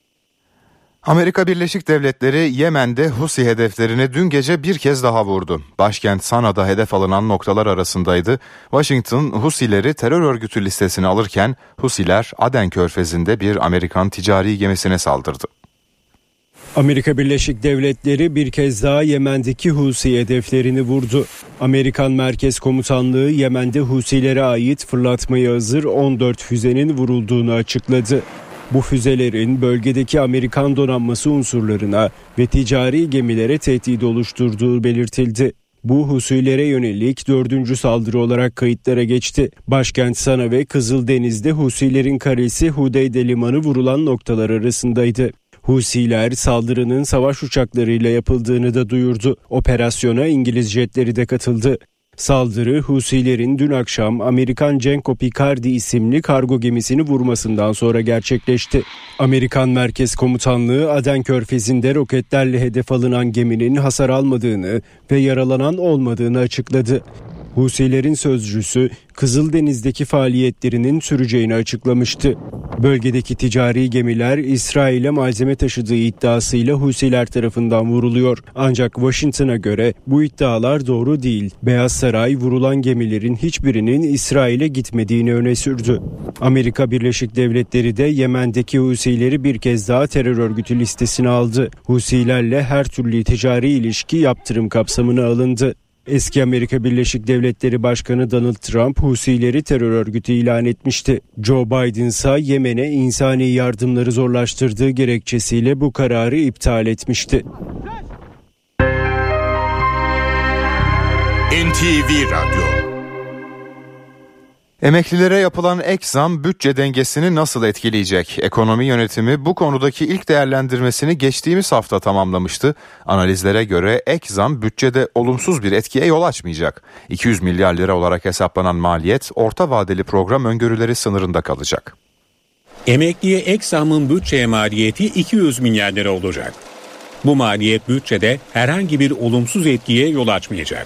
Amerika Birleşik Devletleri Yemen'de Husi hedeflerini dün gece bir kez daha vurdu. Başkent Sana'da hedef alınan noktalar arasındaydı. Washington Husileri terör örgütü listesine alırken Husiler Aden Körfezi'nde bir Amerikan ticari gemisine saldırdı. Amerika Birleşik Devletleri bir kez daha Yemen'deki Husi hedeflerini vurdu. Amerikan Merkez Komutanlığı Yemen'de Husilere ait fırlatmaya hazır on dört füzenin vurulduğunu açıkladı. Bu füzelerin bölgedeki Amerikan donanması unsurlarına ve ticari gemilere tehdit oluşturduğu belirtildi. Bu Husilere yönelik dördüncü saldırı olarak kayıtlara geçti. Başkent Sana ve Kızıldeniz'de Husilerin karesi Hudeyde limanı vurulan noktalar arasındaydı. Husiler saldırının savaş uçaklarıyla yapıldığını da duyurdu. Operasyona İngiliz jetleri de katıldı. Saldırı Husilerin dün akşam Amerikan Cenko Picardi isimli kargo gemisini vurmasından sonra gerçekleşti. Amerikan Merkez Komutanlığı Aden Körfezi'nde roketlerle hedef alınan geminin hasar almadığını ve yaralanan olmadığını açıkladı. Husilerin sözcüsü Kızıldeniz'deki faaliyetlerinin süreceğini açıklamıştı. Bölgedeki ticari gemiler İsrail'e malzeme taşıdığı iddiasıyla Husiler tarafından vuruluyor. Ancak Washington'a göre bu iddialar doğru değil. Beyaz Saray vurulan gemilerin hiçbirinin İsrail'e gitmediğini öne sürdü. Amerika Birleşik Devletleri de Yemen'deki Husileri bir kez daha terör örgütü listesine aldı. Husilerle her türlü ticari ilişki yaptırım kapsamına alındı. Eski Amerika Birleşik Devletleri Başkanı Donald Trump Husileri terör örgütü ilan etmişti. Joe Biden ise Yemen'e insani yardımları zorlaştırdığı gerekçesiyle bu kararı iptal etmişti. N T V Radyo. Emeklilere yapılan ek zam bütçe dengesini nasıl etkileyecek? Ekonomi yönetimi bu konudaki ilk değerlendirmesini geçtiğimiz hafta tamamlamıştı. Analizlere göre ek zam bütçede olumsuz bir etkiye yol açmayacak. iki yüz milyar lira olarak hesaplanan maliyet orta vadeli program öngörüleri sınırında kalacak. Emekliye ek zamın bütçeye maliyeti iki yüz milyar lira olacak. Bu maliyet bütçede herhangi bir olumsuz etkiye yol açmayacak.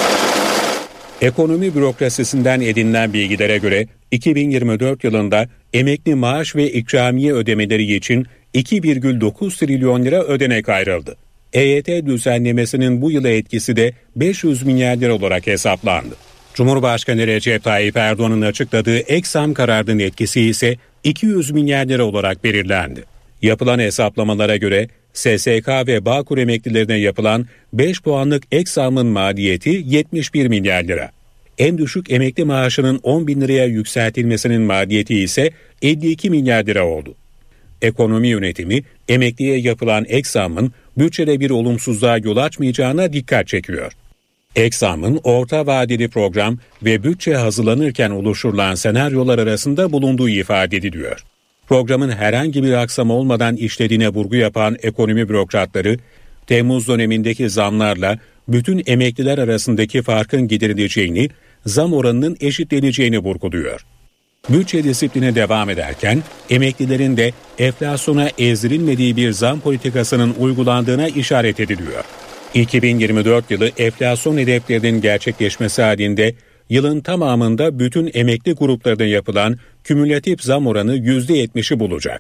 Ekonomi bürokrasisinden edinilen bilgilere göre iki bin yirmi dört yılında emekli maaş ve ikramiye ödemeleri için iki virgül dokuz trilyon lira ödenek ayrıldı. E Y T düzenlemesinin bu yıla etkisi de beş yüz milyar lira olarak hesaplandı. Cumhurbaşkanı Recep Tayyip Erdoğan'ın açıkladığı ek zam kararının etkisi ise iki yüz milyar lira olarak belirlendi. Yapılan hesaplamalara göre S S K ve Bağkur emeklilerine yapılan beş puanlık ek zamın maliyeti yetmiş bir milyar lira. En düşük emekli maaşının on bin liraya yükseltilmesinin maliyeti ise elli iki milyar lira oldu. Ekonomi yönetimi emekliye yapılan ek zamın bütçede bir olumsuzluğa yol açmayacağına dikkat çekiyor. Ek zamın orta vadeli program ve bütçe hazırlanırken oluşturulan senaryolar arasında bulunduğu ifade ediliyor. Programın herhangi bir aksama olmadan işlediğine vurgu yapan ekonomi bürokratları, Temmuz dönemindeki zamlarla bütün emekliler arasındaki farkın giderileceğini, zam oranının eşitleneceğini vurguluyor. Bütçe disipline devam ederken, emeklilerin de enflasyona ezdirilmediği bir zam politikasının uygulandığına işaret ediliyor. iki bin yirmi dört yılı enflasyon hedeflerinin gerçekleşmesi halinde, yılın tamamında bütün emekli gruplarında yapılan kümülatif zam oranı yüzde yetmişi bulacak.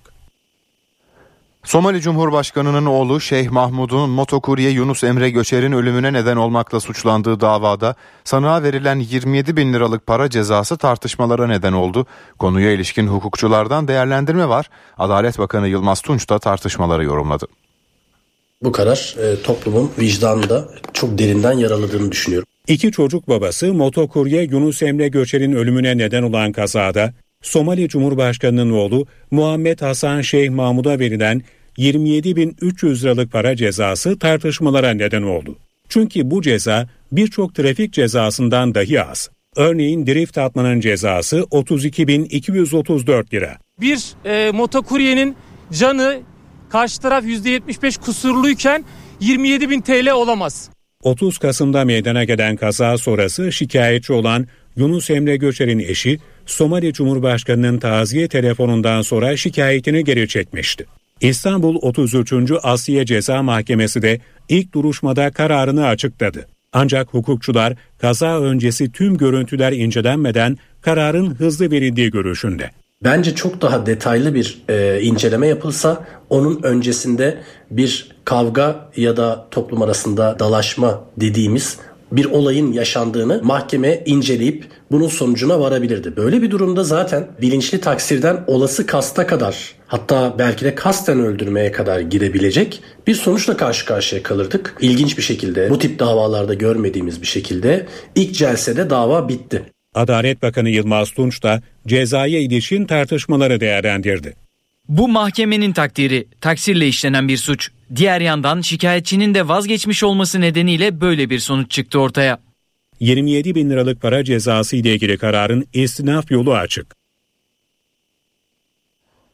Somali Cumhurbaşkanı'nın oğlu Şeyh Mahmud'un motokurye Yunus Emre Göçer'in ölümüne neden olmakla suçlandığı davada sanığa verilen yirmi yedi bin liralık para cezası tartışmalara neden oldu. Konuya ilişkin hukukçulardan değerlendirme var. Adalet Bakanı Yılmaz Tunç da tartışmaları yorumladı. Bu karar e, toplumun vicdanında çok derinden yaraladığını düşünüyorum. İki çocuk babası motokurye Yunus Emre Göçer'in ölümüne neden olan kazada Somali Cumhurbaşkanı'nın oğlu Muhammed Hasan Şeyh Mahmud'a verilen yirmi yedi bin üç yüz liralık para cezası tartışmalara neden oldu. Çünkü bu ceza birçok trafik cezasından dahi az. Örneğin drift atmanın cezası otuz iki bin iki yüz otuz dört lira. Bir e, motokuryenin canı karşı taraf yüzde yetmiş beş kusurluyken yirmi yedi bin T L olamaz. otuz Kasım'da meydana gelen kaza sonrası şikayetçi olan Yunus Emre Göçer'in eşi Somali Cumhurbaşkanı'nın taziye telefonundan sonra şikayetini geri çekmişti. İstanbul otuz üçüncü Asliye Ceza Mahkemesi de ilk duruşmada kararını açıkladı. Ancak hukukçular kaza öncesi tüm görüntüler incelenmeden kararın hızlı verildiği görüşünde. Bence çok daha detaylı bir e, inceleme yapılsa, onun öncesinde bir kavga ya da toplum arasında dalaşma dediğimiz bir olayın yaşandığını mahkeme inceleyip bunun sonucuna varabilirdi. Böyle bir durumda zaten bilinçli taksirden olası kasta kadar, hatta belki de kasten öldürmeye kadar gidebilecek bir sonuçla karşı karşıya kalırdık. İlginç bir şekilde, bu tip davalarda görmediğimiz bir şekilde ilk celsede dava bitti. Adalet Bakanı Yılmaz Tunç da cezaya ilişkin tartışmaları değerlendirdi. Bu mahkemenin takdiri, taksirle işlenen bir suç. Diğer yandan şikayetçinin de vazgeçmiş olması nedeniyle böyle bir sonuç çıktı ortaya. yirmi yedi bin liralık para cezası ile ilgili kararın istinaf yolu açık.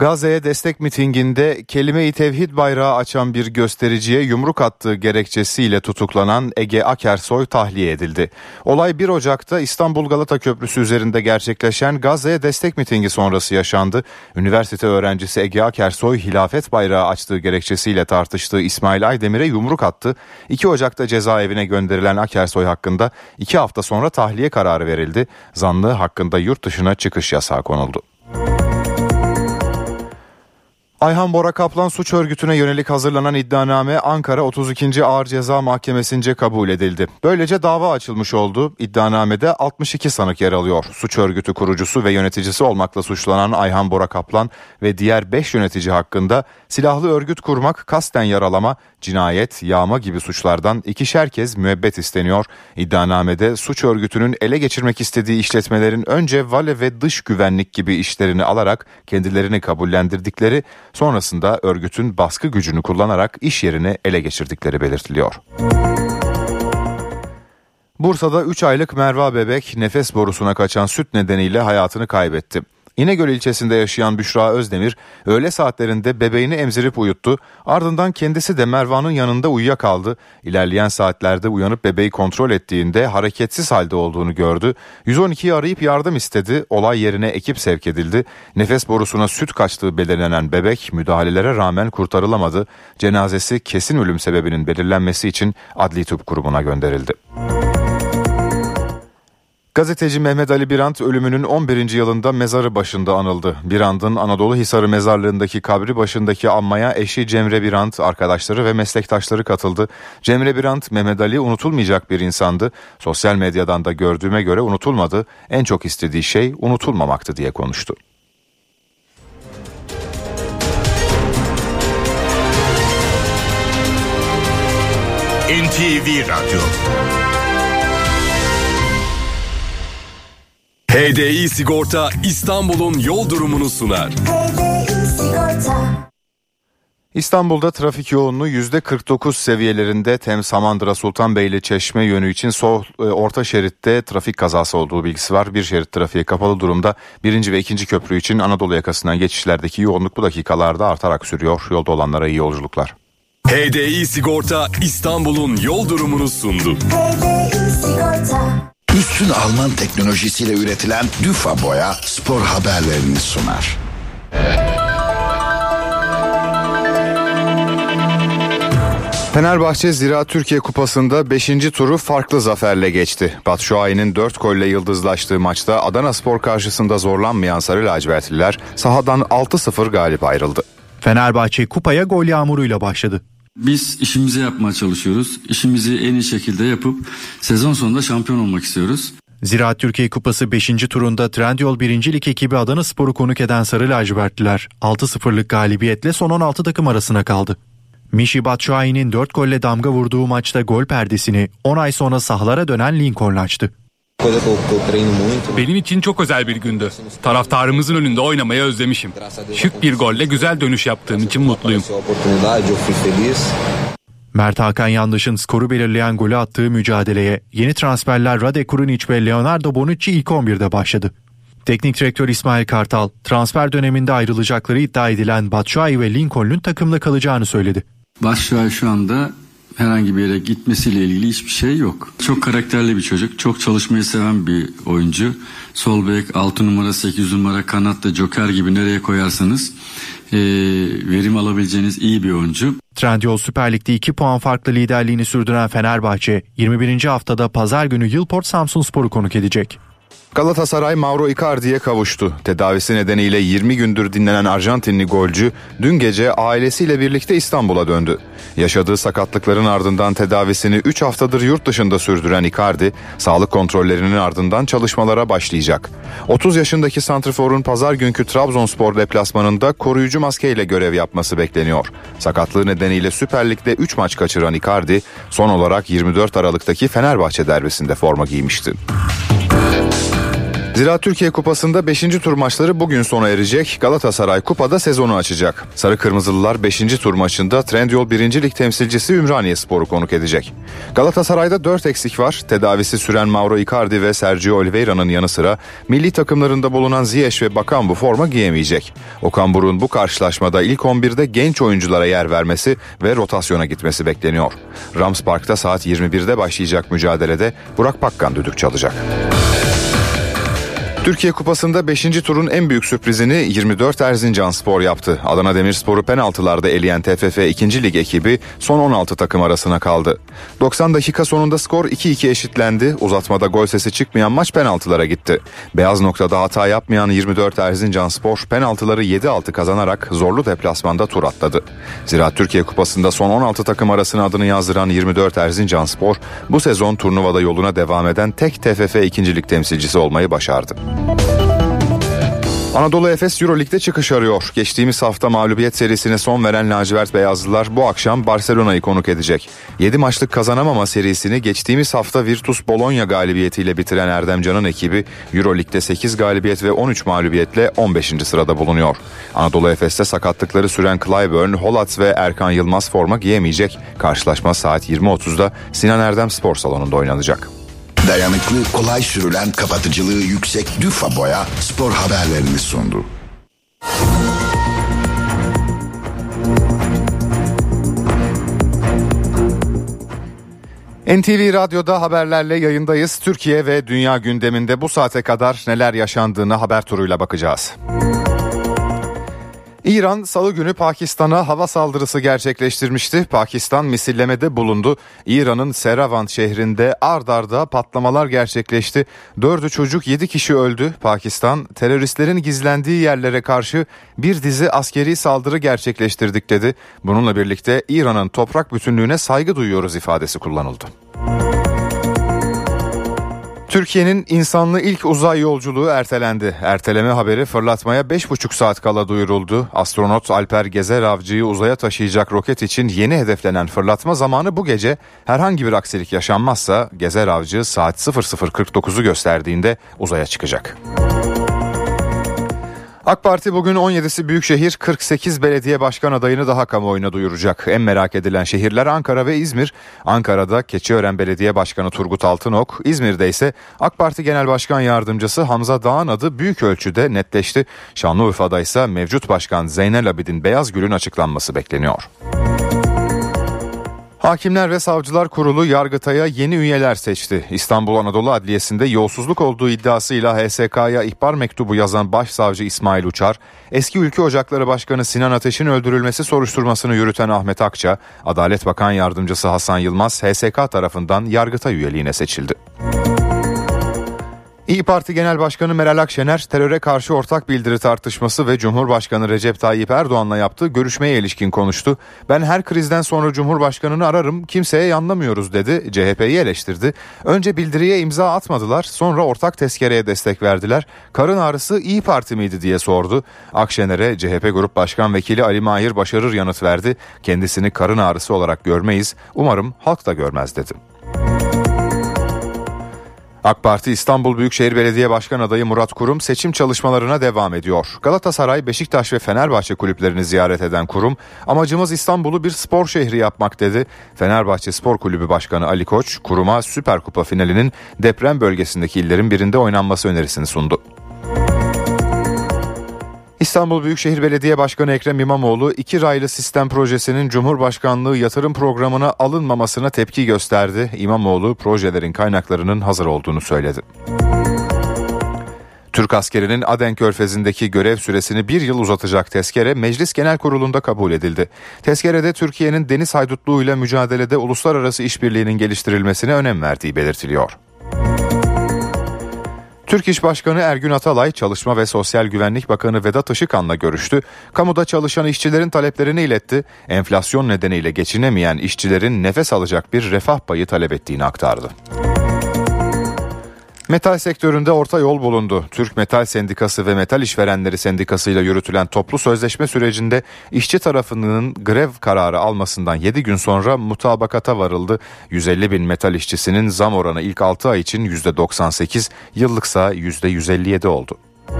Gazze'ye destek mitinginde kelime-i tevhid bayrağı açan bir göstericiye yumruk attığı gerekçesiyle tutuklanan Ege Akersoy tahliye edildi. Olay bir Ocak'ta İstanbul Galata Köprüsü üzerinde gerçekleşen Gazze'ye destek mitingi sonrası yaşandı. Üniversite öğrencisi Ege Akersoy hilafet bayrağı açtığı gerekçesiyle tartıştığı İsmail Aydemir'e yumruk attı. iki Ocak'ta cezaevine gönderilen Akersoy hakkında iki hafta sonra tahliye kararı verildi. Zanlı hakkında yurt dışına çıkış yasağı konuldu. Ayhan Bora Kaplan suç örgütüne yönelik hazırlanan iddianame Ankara otuz ikinci Ağır Ceza Mahkemesi'nce kabul edildi. Böylece dava açılmış oldu. İddianamede altmış iki sanık yer alıyor. Suç örgütü kurucusu ve yöneticisi olmakla suçlanan Ayhan Bora Kaplan ve diğer beş yönetici hakkında silahlı örgüt kurmak, kasten yaralama, cinayet, yağma gibi suçlardan ikişer kez müebbet isteniyor. İddianamede suç örgütünün ele geçirmek istediği işletmelerin önce vale ve dış güvenlik gibi işlerini alarak kendilerini kabullendirdikleri, sonrasında örgütün baskı gücünü kullanarak iş yerini ele geçirdikleri belirtiliyor. Bursa'da üç aylık Merva bebek nefes borusuna kaçan süt nedeniyle hayatını kaybetti. İnegöl ilçesinde yaşayan Büşra Özdemir öğle saatlerinde bebeğini emzirip uyuttu. Ardından kendisi de Merva'nın yanında uyuyakaldı. İlerleyen saatlerde uyanıp bebeği kontrol ettiğinde hareketsiz halde olduğunu gördü. yüz on ikiyi arayıp yardım istedi. Olay yerine ekip sevk edildi. Nefes borusuna süt kaçtığı belirlenen bebek müdahalelere rağmen kurtarılamadı. Cenazesi kesin ölüm sebebinin belirlenmesi için Adli Tıp Kurumu'na gönderildi. Gazeteci Mehmet Ali Birant ölümünün on birinci yılında mezarı başında anıldı. Birant'ın Anadolu Hisarı mezarlığındaki kabri başındaki anmaya eşi Cemre Birant, arkadaşları ve meslektaşları katıldı. Cemre Birant, Mehmet Ali unutulmayacak bir insandı. Sosyal medyadan da gördüğüme göre unutulmadı. En çok istediği şey unutulmamaktı diye konuştu. N T V Radyo. H D I Sigorta İstanbul'un yol durumunu sunar. İstanbul'da trafik yoğunluğu yüzde kırk dokuz seviyelerinde. Tem Samandıra Sultanbeyli Çeşme yönü için sol orta şeritte trafik kazası olduğu bilgisi var. Bir şerit trafiğe kapalı durumda. Birinci ve ikinci köprü için Anadolu yakasından geçişlerdeki yoğunluk bu dakikalarda artarak sürüyor. Yolda olanlara iyi yolculuklar. H D I Sigorta İstanbul'un yol durumunu sundu. H D I Sigorta. Üstün Alman teknolojisiyle üretilen Düfa Boya spor haberlerini sunar. Fenerbahçe Ziraat Türkiye Kupası'nda beşinci turu farklı zaferle geçti. Batshuayi'nin dört golle yıldızlaştığı maçta Adanaspor karşısında zorlanmayan Sarı Lacivertliler sahadan altı sıfır galip ayrıldı. Fenerbahçe kupaya gol yağmuruyla başladı. Biz işimizi yapmaya çalışıyoruz. İşimizi en iyi şekilde yapıp sezon sonunda şampiyon olmak istiyoruz. Ziraat Türkiye Kupası beşinci turunda Trendyol birinci Lig ekibi Adanaspor'u konuk eden Sarı Lacivertliler altı sıfırlık galibiyetle son on altı takım arasına kaldı. Michy Batshuayi'nin dört golle damga vurduğu maçta gol perdesini on ay sonra sahalara dönen Lincoln açtı. Benim için çok özel bir gündü. Taraftarımızın önünde oynamayı özlemişim. Şık bir golle güzel dönüş yaptığım için mutluyum. Mert Hakan Yandaş'ın skoru belirleyen golü attığı mücadeleye yeni transferler Rade Kurunic ve Leonardo Bonucci ilk on birde başladı. Teknik direktör İsmail Kartal, transfer döneminde ayrılacakları iddia edilen Batshuayi ve Lincoln'un takımda kalacağını söyledi. Batshuayi şu anda herhangi bir yere gitmesiyle ilgili hiçbir şey yok. Çok karakterli bir çocuk, çok çalışmayı seven bir oyuncu. Sol bek, altı numara, sekiz numara, kanatta, joker gibi nereye koyarsanız ee, verim alabileceğiniz iyi bir oyuncu. Trendyol Süper Lig'de iki puan farklı liderliğini sürdüren Fenerbahçe, yirmi birinci haftada pazar günü Yılport Samsunspor'u konuk edecek. Galatasaray Mauro Icardi'ye kavuştu. Tedavisi nedeniyle yirmi gündür dinlenen Arjantinli golcü dün gece ailesiyle birlikte İstanbul'a döndü. Yaşadığı sakatlıkların ardından tedavisini üç haftadır yurt dışında sürdüren Icardi, sağlık kontrollerinin ardından çalışmalara başlayacak. otuz yaşındaki santrforun pazar günkü Trabzonspor deplasmanında koruyucu maskeyle görev yapması bekleniyor. Sakatlığı nedeniyle Süper Lig'de üç maç kaçıran Icardi, son olarak yirmi dört Aralık'taki Fenerbahçe derbisinde forma giymişti. Ziraat Türkiye Kupası'nda beşinci tur maçları bugün sona erecek. Galatasaray kupada sezonu açacak. Sarı Kırmızılılar beşinci tur maçında Trendyol birinci Lig temsilcisi Ümraniyespor'u konuk edecek. Galatasaray'da dört eksik var. Tedavisi süren Mauro Icardi ve Sergio Oliveira'nın yanı sıra milli takımlarında bulunan Ziyech ve Bakambu forma giyemeyecek. Okan Buruk'un bu karşılaşmada ilk on birde genç oyunculara yer vermesi ve rotasyona gitmesi bekleniyor. Rams Park'ta saat yirmi birde başlayacak mücadelede Burak Bakkan düdük çalacak. Türkiye Kupası'nda beşinci turun en büyük sürprizini yirmi dört Erzincanspor yaptı. Adana Demirspor'u penaltılarda eleyen T F F ikinci Lig ekibi son on altı takım arasına kaldı. doksan dakika sonunda skor iki iki eşitlendi. Uzatmada gol sesi çıkmayan maç penaltılara gitti. Beyaz noktada hata yapmayan yirmi dört Erzincanspor penaltıları yedi altı kazanarak zorlu deplasmanda tur atladı. Ziraat Türkiye Kupası'nda son on altı takım arasına adını yazdıran yirmi dört Erzincanspor bu sezon turnuvada yoluna devam eden tek T F F ikinci Lig temsilcisi olmayı başardı. Anadolu Efes Euroleague'de çıkış arıyor. Geçtiğimiz hafta mağlubiyet serisine son veren lacivert beyazlılar bu akşam Barcelona'yı konuk edecek. yedi maçlık kazanamama serisini geçtiğimiz hafta Virtus Bologna galibiyetiyle bitiren Erdem Can'ın ekibi Euroleague'de sekiz galibiyet ve on üç mağlubiyetle on beşinci sırada bulunuyor. Anadolu Efes'te sakatlıkları süren Clyburn, Holat ve Erkan Yılmaz forma giyemeyecek. Karşılaşma saat yirmi otuzda Sinan Erdem Spor Salonu'nda oynanacak. Dayanıklı, kolay sürülen, kapatıcılığı yüksek Düfa Boya spor haberlerini sundu. N T V Radyo'da haberlerle yayındayız. Türkiye ve dünya gündeminde bu saate kadar neler yaşandığına haber turuyla bakacağız. İran Salı günü Pakistan'a hava saldırısı gerçekleştirmişti. Pakistan misillemede bulundu. İran'ın Seravand şehrinde ard arda patlamalar gerçekleşti. Dördü çocuk, yedi kişi öldü. Pakistan teröristlerin gizlendiği yerlere karşı bir dizi askeri saldırı gerçekleştirdik dedi. Bununla birlikte İran'ın toprak bütünlüğüne saygı duyuyoruz ifadesi kullanıldı. Türkiye'nin insanlı ilk uzay yolculuğu ertelendi. Erteleme haberi fırlatmaya beş buçuk saat kala duyuruldu. Astronot Alper Gezer Avcı'yı uzaya taşıyacak roket için yeni hedeflenen fırlatma zamanı bu gece. Herhangi bir aksilik yaşanmazsa Gezer Avcı saat sıfır sıfır kırk dokuzu gösterdiğinde uzaya çıkacak. AK Parti bugün on yedisi büyükşehir, kırk sekiz belediye başkan adayını daha kamuoyuna duyuracak. En merak edilen şehirler Ankara ve İzmir. Ankara'da Keçiören Belediye Başkanı Turgut Altınok, İzmir'de ise AK Parti Genel Başkan Yardımcısı Hamza Dağ'ın adı büyük ölçüde netleşti. Şanlıurfa'da ise mevcut başkan Zeynel Abidin Beyazgül'ün açıklanması bekleniyor. Hakimler ve Savcılar Kurulu Yargıtay'a yeni üyeler seçti. İstanbul Anadolu Adliyesi'nde yolsuzluk olduğu iddiasıyla H S K'ya ihbar mektubu yazan Başsavcı İsmail Uçar, eski Ülke Ocakları Başkanı Sinan Ateş'in öldürülmesi soruşturmasını yürüten Ahmet Akça, Adalet Bakan Yardımcısı Hasan Yılmaz H S K tarafından Yargıtay üyeliğine seçildi. İYİ Parti Genel Başkanı Meral Akşener, teröre karşı ortak bildiri tartışması ve Cumhurbaşkanı Recep Tayyip Erdoğan'la yaptığı görüşmeye ilişkin konuştu. Ben her krizden sonra Cumhurbaşkanı'nı ararım, kimseye yanlamıyoruz dedi, C H P'yi eleştirdi. Önce bildiriye imza atmadılar, sonra ortak tezkereye destek verdiler. Karın ağrısı İYİ Parti miydi diye sordu. Akşener'e C H P Grup Başkan Vekili Ali Mahir Başarır yanıt verdi. Kendisini karın ağrısı olarak görmeyiz, umarım halk da görmez dedi. AK Parti İstanbul Büyükşehir Belediye Başkan adayı Murat Kurum seçim çalışmalarına devam ediyor. Galatasaray, Beşiktaş ve Fenerbahçe kulüplerini ziyaret eden Kurum, amacımız İstanbul'u bir spor şehri yapmak dedi. Fenerbahçe Spor Kulübü Başkanı Ali Koç, Kurum'a Süper Kupa finalinin deprem bölgesindeki illerin birinde oynanması önerisini sundu. İstanbul Büyükşehir Belediye Başkanı Ekrem İmamoğlu, iki raylı sistem projesinin Cumhurbaşkanlığı yatırım programına alınmamasına tepki gösterdi. İmamoğlu, projelerin kaynaklarının hazır olduğunu söyledi. Türk askerinin Aden Körfezi'ndeki görev süresini bir yıl uzatacak tezkere Meclis Genel Kurulu'nda kabul edildi. Tezkerede Türkiye'nin deniz haydutluğuyla mücadelede uluslararası işbirliğinin geliştirilmesine önem verdiği belirtiliyor. Türk İş Başkanı Ergün Atalay, Çalışma ve Sosyal Güvenlik Bakanı Vedat Işıkhan'la görüştü. Kamuda çalışan işçilerin taleplerini iletti. Enflasyon nedeniyle geçinemeyen işçilerin nefes alacak bir refah payı talep ettiğini aktardı. Metal sektöründe orta yol bulundu. Türk Metal Sendikası ve Metal İşverenleri Sendikası ile yürütülen toplu sözleşme sürecinde işçi tarafının grev kararı almasından yedi gün sonra mutabakata varıldı. yüz elli bin metal işçisinin zam oranı ilk altı ay için yüzde doksan sekiz, yıllıksa yüzde yüz elli yedi oldu.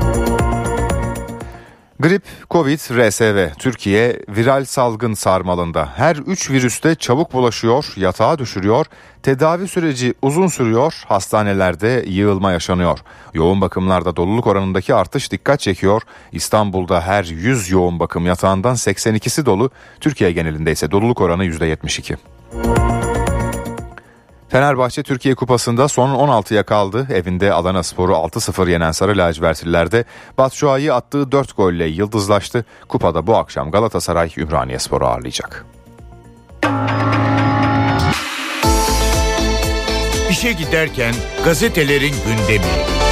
Grip, Covid, R S V. Türkiye viral salgın sarmalında. Her üç virüste çabuk bulaşıyor, yatağa düşürüyor. Tedavi süreci uzun sürüyor, hastanelerde yığılma yaşanıyor. Yoğun bakımlarda doluluk oranındaki artış dikkat çekiyor. İstanbul'da her yüz yoğun bakım yatağından seksen ikisi dolu. Türkiye genelinde ise doluluk oranı yüzde yetmiş iki. Fenerbahçe Türkiye Kupası'nda son on altıya kaldı. Evinde Adanaspor'u altı sıfır yenen Sarı Lacivertlilerde Batshuayi attığı dört golle yıldızlaştı. Kupada bu akşam Galatasaray Ümraniyespor'u ağırlayacak. İşe giderken gazetelerin gündemi.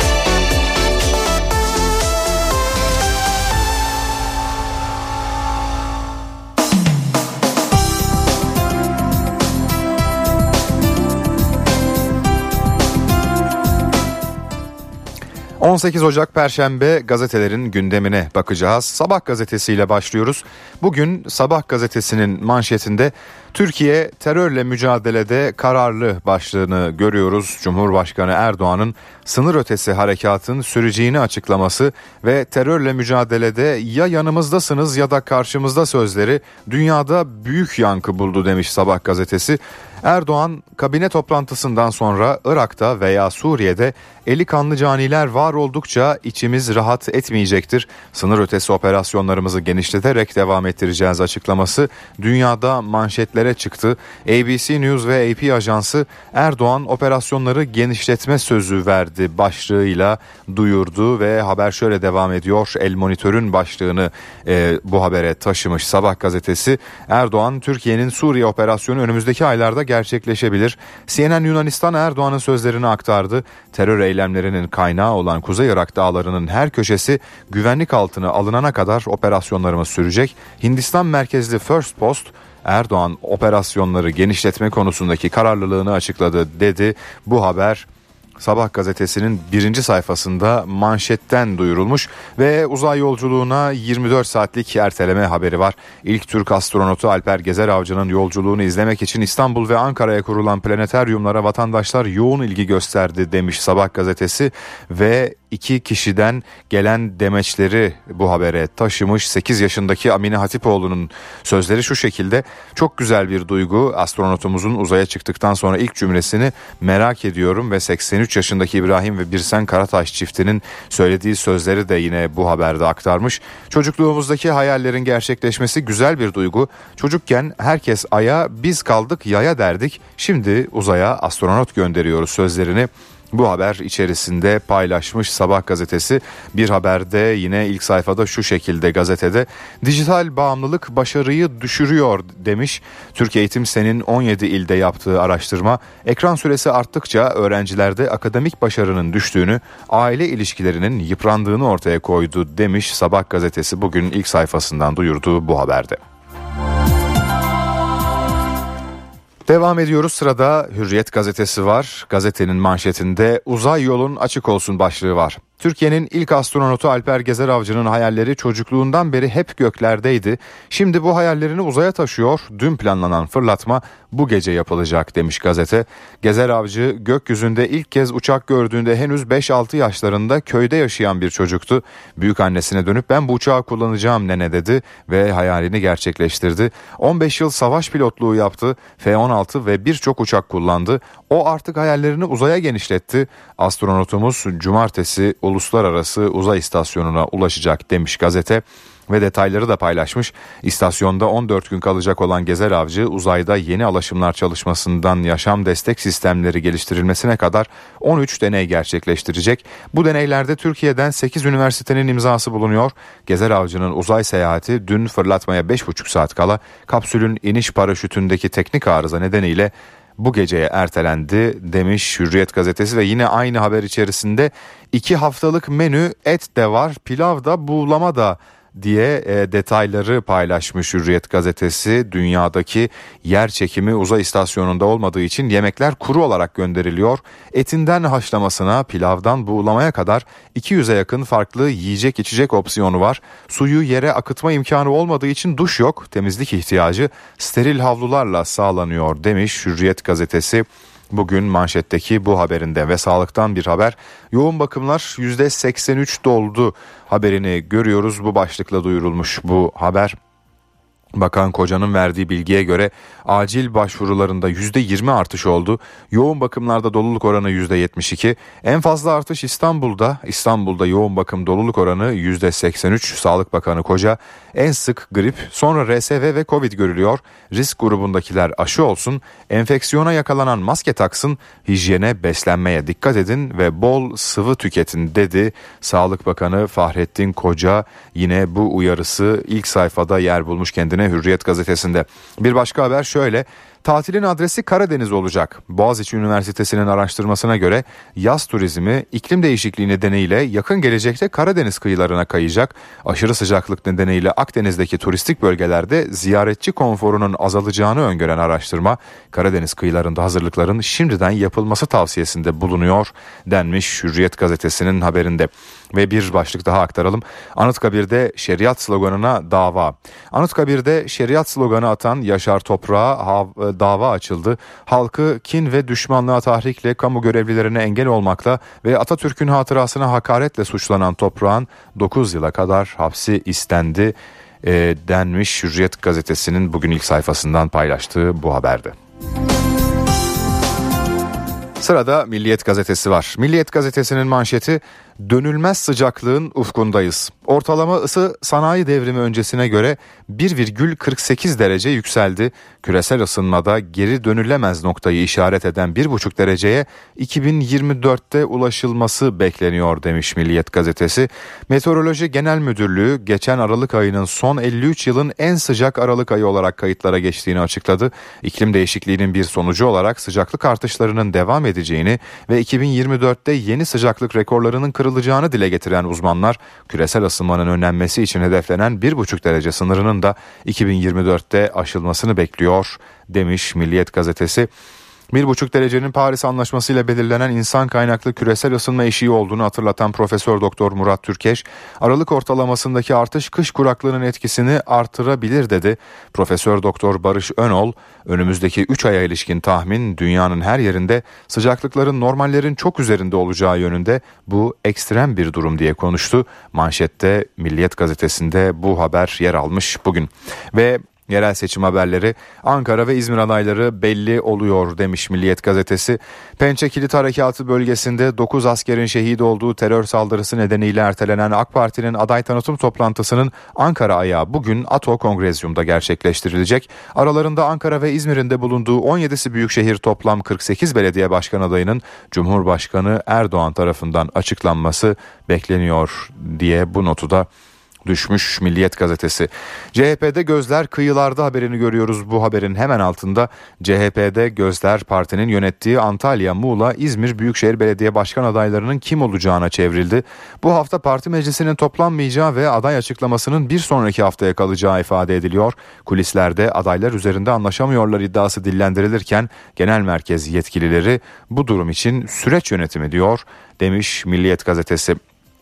on sekiz Ocak Perşembe gazetelerin gündemine bakacağız. Sabah gazetesiyle başlıyoruz. Bugün Sabah gazetesinin manşetinde Türkiye terörle mücadelede kararlı başlığını görüyoruz. Cumhurbaşkanı Erdoğan'ın sınır ötesi harekatın süreceğini açıklaması ve terörle mücadelede ya yanımızdasınız ya da karşımızda sözleri dünyada büyük yankı buldu demiş Sabah gazetesi. Erdoğan kabine toplantısından sonra Irak'ta veya Suriye'de eli kanlı caniler var oldukça içimiz rahat etmeyecektir. Sınır ötesi operasyonlarımızı genişleterek devam ettireceğiz açıklaması dünyada manşetlere çıktı. A B C News ve A P ajansı Erdoğan operasyonları genişletme sözü verdi başlığıyla duyurdu ve haber şöyle devam ediyor. El Monitör'ün başlığını e, bu habere taşımış Sabah gazetesi. Erdoğan Türkiye'nin Suriye operasyonu önümüzdeki aylarda gerçekleşebilir. C N N Yunanistan Erdoğan'ın sözlerini aktardı. Terör eylemlerinin kaynağı olan Kuzey Irak dağlarının her köşesi güvenlik altına alınana kadar operasyonlarımız sürecek. Hindistan merkezli First Post Erdoğan operasyonları genişletme konusundaki kararlılığını açıkladı dedi. Bu haber Sabah gazetesinin birinci sayfasında manşetten duyurulmuş ve uzay yolculuğuna yirmi dört saatlik erteleme haberi var. İlk Türk astronotu Alper Gezer Avcı'nın yolculuğunu izlemek için İstanbul ve Ankara'ya kurulan planetaryumlara vatandaşlar yoğun ilgi gösterdi demiş Sabah gazetesi ve iki kişiden gelen demeçleri bu habere taşımış. sekiz yaşındaki Amine Hatipoğlu'nun sözleri şu şekilde: çok güzel bir duygu, astronotumuzun uzaya çıktıktan sonra ilk cümlesini merak ediyorum ve seksen üç yaşındaki İbrahim ve Birsen Karataş çiftinin söylediği sözleri de yine bu haberde aktarmış. Çocukluğumuzdaki hayallerin gerçekleşmesi güzel bir duygu. Çocukken herkes aya, biz kaldık yaya derdik. Şimdi uzaya astronot gönderiyoruz sözlerini bu haber içerisinde paylaşmış Sabah gazetesi. Bir haberde yine ilk sayfada şu şekilde gazetede: dijital bağımlılık başarıyı düşürüyor demiş. Türk Eğitim Sen'in on yedi ilde yaptığı araştırma ekran süresi arttıkça öğrencilerde akademik başarının düştüğünü, aile ilişkilerinin yıprandığını ortaya koydu demiş Sabah gazetesi bugün ilk sayfasından duyurduğu bu haberde. Devam ediyoruz. Sırada Hürriyet gazetesi var. Gazetenin manşetinde uzay yolun açık olsun başlığı var. Türkiye'nin ilk astronotu Alper Gezer Avcı'nın hayalleri çocukluğundan beri hep göklerdeydi. Şimdi bu hayallerini uzaya taşıyor. Dün planlanan fırlatma bu gece yapılacak demiş gazete. Gezer Avcı gökyüzünde ilk kez uçak gördüğünde henüz beş altı yaşlarında köyde yaşayan bir çocuktu. Büyükannesine dönüp ben bu uçağı kullanacağım nene dedi ve hayalini gerçekleştirdi. on beş yıl savaş pilotluğu yaptı. F on altı ve birçok uçak kullandı. O artık hayallerini uzaya genişletti. Astronotumuz cumartesi uluslararası uzay istasyonuna ulaşacak demiş gazete ve detayları da paylaşmış. İstasyonda on dört gün kalacak olan Gezer Avcı uzayda yeni alaşımlar çalışmasından yaşam destek sistemleri geliştirilmesine kadar on üç deney gerçekleştirecek. Bu deneylerde Türkiye'den sekiz üniversitenin imzası bulunuyor. Gezer Avcı'nın uzay seyahati dün fırlatmaya beş buçuk saat kala kapsülün iniş paraşütündeki teknik arıza nedeniyle bu geceye ertelendi demiş Hürriyet gazetesi ve yine aynı haber içerisinde iki haftalık menü et de var, pilav da, buğulama da diye e, detayları paylaşmış Hürriyet gazetesi. Dünyadaki yer çekimi uzay istasyonunda olmadığı için yemekler kuru olarak gönderiliyor. Etinden haşlamasına, pilavdan buğulamaya kadar iki yüze yakın farklı yiyecek içecek opsiyonu var. Suyu yere akıtma imkanı olmadığı için duş yok. Temizlik ihtiyacı steril havlularla sağlanıyor demiş Hürriyet gazetesi. Bugün manşetteki bu haberinde ve sağlıktan bir haber. Yoğun bakımlar yüzde seksen üç doldu haberini görüyoruz. Bu başlıkla duyurulmuş bu haber. Bakan Koca'nın verdiği bilgiye göre acil başvurularında yüzde yirmi artış oldu. Yoğun bakımlarda doluluk oranı yüzde yetmiş iki. En fazla artış İstanbul'da. İstanbul'da yoğun bakım doluluk oranı yüzde seksen üç. Sağlık Bakanı Koca en sık grip, sonra R S V ve Covid görülüyor. Risk grubundakiler aşı olsun, enfeksiyona yakalanan maske taksın, hijyene, beslenmeye dikkat edin ve bol sıvı tüketin dedi. Sağlık Bakanı Fahrettin Koca yine bu uyarısı ilk sayfada yer bulmuş kendine Hürriyet gazetesinde. Bir başka haber şöyle: tatilin adresi Karadeniz olacak. Boğaziçi Üniversitesi'nin araştırmasına göre yaz turizmi iklim değişikliği nedeniyle yakın gelecekte Karadeniz kıyılarına kayacak. Aşırı sıcaklık nedeniyle Akdeniz'deki turistik bölgelerde ziyaretçi konforunun azalacağını öngören araştırma, Karadeniz kıyılarında hazırlıkların şimdiden yapılması tavsiyesinde bulunuyor denmiş Hürriyet gazetesinin haberinde. Ve bir başlık daha aktaralım. Anıtkabir'de şeriat sloganına dava. Anıtkabir'de şeriat sloganı atan Yaşar Toprak'a dava açıldı. Halkı kin ve düşmanlığa tahrikle, kamu görevlilerine engel olmakla ve Atatürk'ün hatırasına hakaretle suçlanan Toprak'ın dokuz yıla kadar hapsi istendi e, denmiş Hürriyet gazetesinin bugün ilk sayfasından paylaştığı bu haberde. Sırada Milliyet gazetesi var. Milliyet gazetesinin manşeti: dönülmez sıcaklığın ufkundayız. Ortalama ısı sanayi devrimi öncesine göre bir virgül kırk sekiz derece yükseldi. Küresel ısınmada geri dönülemez noktayı işaret eden bir buçuk dereceye iki bin yirmi dörtte ulaşılması bekleniyor demiş Milliyet gazetesi. Meteoroloji Genel Müdürlüğü geçen Aralık ayının son elli üç yılın en sıcak Aralık ayı olarak kayıtlara geçtiğini açıkladı. İklim değişikliğinin bir sonucu olarak sıcaklık artışlarının devam edeceğini ve iki bin yirmi dörtte yeni sıcaklık rekorlarının kırılacağını dile getiren uzmanlar, küresel ısınmanın önlenmesi için hedeflenen bir buçuk derece sınırının da iki bin yirmi dörtte aşılmasını bekliyor demiş Milliyet gazetesi. bir buçuk derecenin Paris Anlaşması ile belirlenen insan kaynaklı küresel ısınma eşiği olduğunu hatırlatan Profesör Doktor Murat Türkeş, Aralık ortalamasındaki artış kış kuraklığının etkisini artırabilir dedi. Profesör Doktor Barış Önol, önümüzdeki üç aya ilişkin tahmin dünyanın her yerinde sıcaklıkların normallerin çok üzerinde olacağı yönünde, bu ekstrem bir durum diye konuştu. Manşette Milliyet gazetesinde bu haber yer almış bugün. Ve yerel seçim haberleri: Ankara ve İzmir adayları belli oluyor demiş Milliyet gazetesi. Pençe Kilit Harekatı bölgesinde dokuz askerin şehit olduğu terör saldırısı nedeniyle ertelenen AK Parti'nin aday tanıtım toplantısının Ankara ayağı bugün Ato Kongrezyum'da gerçekleştirilecek. Aralarında Ankara ve İzmir'in de bulunduğu on yedisi büyükşehir toplam kırk sekiz belediye başkan adayının Cumhurbaşkanı Erdoğan tarafından açıklanması bekleniyor diye bu notu da düşmüş Milliyet gazetesi. C H P'de gözler kıyılarda haberini görüyoruz. Bu haberin hemen altında C H P'de gözler partinin yönettiği Antalya, Muğla, İzmir Büyükşehir Belediye Başkan adaylarının kim olacağına çevrildi. Bu hafta parti meclisinin toplanmayacağı ve aday açıklamasının bir sonraki haftaya kalacağı ifade ediliyor. Kulislerde adaylar üzerinde anlaşamıyorlar iddiası dillendirilirken genel merkez yetkilileri bu durum için süreç yönetimi diyor demiş Milliyet gazetesi.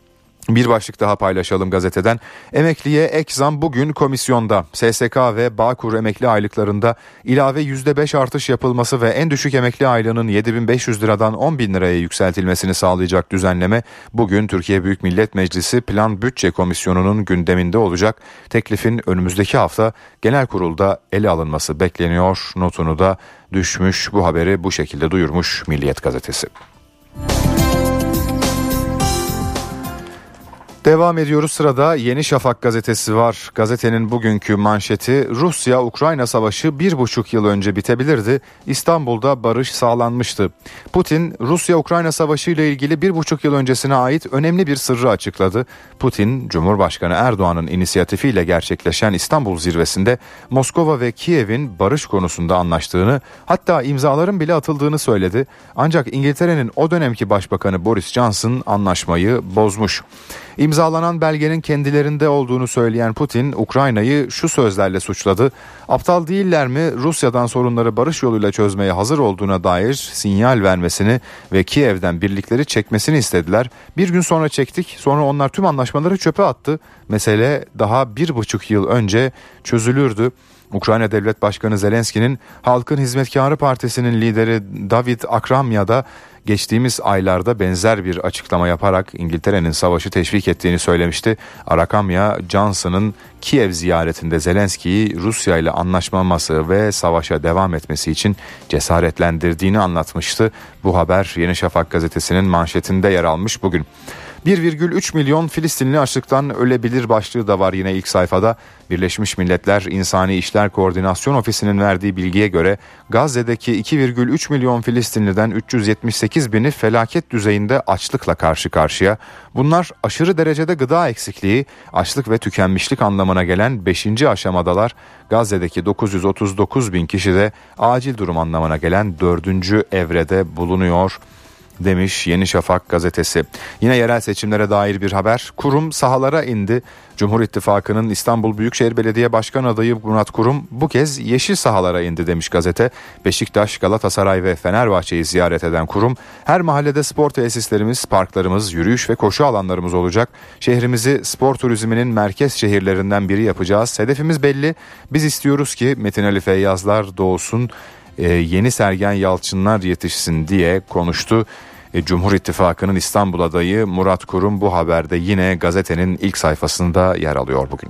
Bir başlık daha paylaşalım gazeteden. Emekliye ek zam bugün komisyonda. S S K ve Bağkur emekli aylıklarında ilave yüzde beş artış yapılması ve en düşük emekli aylığının yedi bin beş yüz liradan on bin liraya yükseltilmesini sağlayacak düzenleme bugün Türkiye Büyük Millet Meclisi Plan Bütçe Komisyonu'nun gündeminde olacak. Teklifin önümüzdeki hafta genel kurulda ele alınması bekleniyor. Notunu da düşmüş, bu haberi bu şekilde duyurmuş Milliyet gazetesi. Devam ediyoruz. Sırada Yeni Şafak gazetesi var. Gazetenin bugünkü manşeti: Rusya-Ukrayna savaşı bir buçuk yıl önce bitebilirdi. İstanbul'da barış sağlanmıştı. Putin, Rusya-Ukrayna savaşı ile ilgili bir buçuk yıl öncesine ait önemli bir sırrı açıkladı. Putin, Cumhurbaşkanı Erdoğan'ın inisiyatifiyle gerçekleşen İstanbul zirvesinde Moskova ve Kiev'in barış konusunda anlaştığını, hatta imzaların bile atıldığını söyledi. Ancak İngiltere'nin o dönemki Başbakanı Boris Johnson anlaşmayı bozmuş. İmza İmzalanan belgenin kendilerinde olduğunu söyleyen Putin, Ukrayna'yı şu sözlerle suçladı. Aptal değiller mi? Rusya'dan sorunları barış yoluyla çözmeye hazır olduğuna dair sinyal vermesini ve Kiev'den birlikleri çekmesini istediler. Bir gün sonra çektik, sonra onlar tüm anlaşmaları çöpe attı. Mesele daha bir buçuk yıl önce çözülürdü. Ukrayna Devlet Başkanı Zelenski'nin Halkın Hizmetkarı Partisi'nin lideri David Akramya da geçtiğimiz aylarda benzer bir açıklama yaparak İngiltere'nin savaşı teşvik ettiğini söylemişti. Akramya, Johnson'ın Kiev ziyaretinde Zelenski'yi Rusya ile anlaşmaması ve savaşa devam etmesi için cesaretlendirdiğini anlatmıştı. Bu haber Yeni Şafak gazetesinin manşetinde yer almış bugün. bir virgül üç milyon Filistinli açlıktan ölebilir başlığı da var yine ilk sayfada. Birleşmiş Milletler İnsani İşler Koordinasyon Ofisi'nin verdiği bilgiye göre Gazze'deki iki virgül üç milyon Filistinliden üç yüz yetmiş sekiz bini felaket düzeyinde açlıkla karşı karşıya. Bunlar aşırı derecede gıda eksikliği, açlık ve tükenmişlik anlamına gelen beşinci aşamadalar. Gazze'deki dokuz yüz otuz dokuz bin kişi de acil durum anlamına gelen dördüncü evrede bulunuyor demiş Yeni Şafak gazetesi. Yine yerel seçimlere dair bir haber. Kurum sahalara indi. Cumhur İttifakı'nın İstanbul Büyükşehir Belediye Başkan adayı Murat Kurum bu kez yeşil sahalara indi demiş gazete. Beşiktaş, Galatasaray ve Fenerbahçe'yi ziyaret eden Kurum, her mahallede spor tesislerimiz, parklarımız, yürüyüş ve koşu alanlarımız olacak. Şehrimizi spor turizminin merkez şehirlerinden biri yapacağız. Hedefimiz belli. Biz istiyoruz ki Metin Ali Feyyazlar doğsun, Ee, yeni Sergen Yalçınlar yetişsin diye konuştu. Ee, Cumhur İttifakı'nın İstanbul adayı Murat Kurum bu haberde yine gazetenin ilk sayfasında yer alıyor bugün.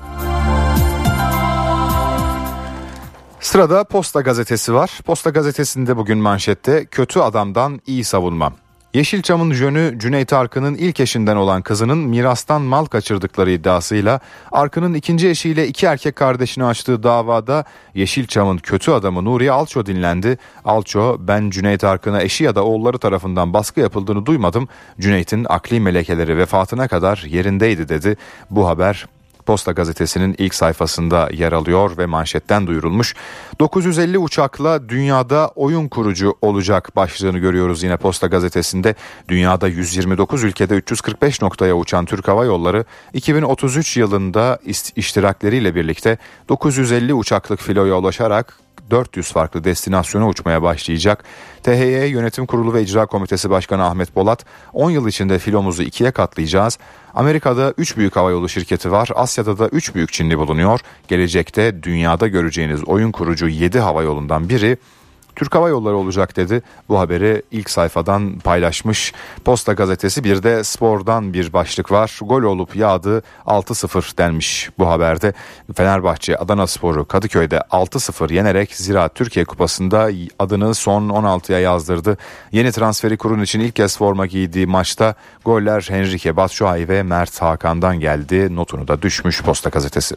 Sırada Posta Gazetesi var. Posta Gazetesi'nde bugün manşette kötü adamdan iyi savunma. Yeşilçam'ın jönü Cüneyt Arkın'ın ilk eşinden olan kızının mirastan mal kaçırdıkları iddiasıyla Arkın'ın ikinci eşiyle iki erkek kardeşini açtığı davada Yeşilçam'ın kötü adamı Nuriye Alço dinlendi. Alço, ben Cüneyt Arkın'a eşi ya da oğulları tarafından baskı yapıldığını duymadım. Cüneyt'in akli melekeleri vefatına kadar yerindeydi dedi. Bu haber Posta Gazetesi'nin ilk sayfasında yer alıyor ve manşetten duyurulmuş. dokuz yüz elli uçakla dünyada oyun kurucu olacak başlığını görüyoruz yine Posta Gazetesi'nde. Dünyada yüz yirmi dokuz ülkede üç yüz kırk beş noktaya uçan Türk Hava Yolları iki bin otuz üç yılında iştirakleriyle birlikte dokuz yüz elli uçaklık filoya ulaşarak dört yüz farklı destinasyona uçmaya başlayacak. T H Y Yönetim Kurulu ve İcra Komitesi Başkanı Ahmet Bolat, on yıl içinde filomuzu ikiye katlayacağız. Amerika'da üç büyük havayolu şirketi var. Asya'da da üç büyük Çinli bulunuyor. Gelecekte dünyada göreceğiniz oyun kurucu yedi havayolundan biri Türk Hava Yolları olacak dedi. Bu haberi ilk sayfadan paylaşmış Posta Gazetesi. Bir de spordan bir başlık var. Gol olup yağdı altı sıfır denmiş bu haberde. Fenerbahçe Adanaspor'u Kadıköy'de altı sıfır yenerek Ziraat Türkiye Kupası'nda adını son on altıya yazdırdı. Yeni transferi kurun için ilk kez forma giydiği maçta goller Henrique Batshuayi ve Mert Hakan'dan geldi. Notunu da düşmüş Posta Gazetesi.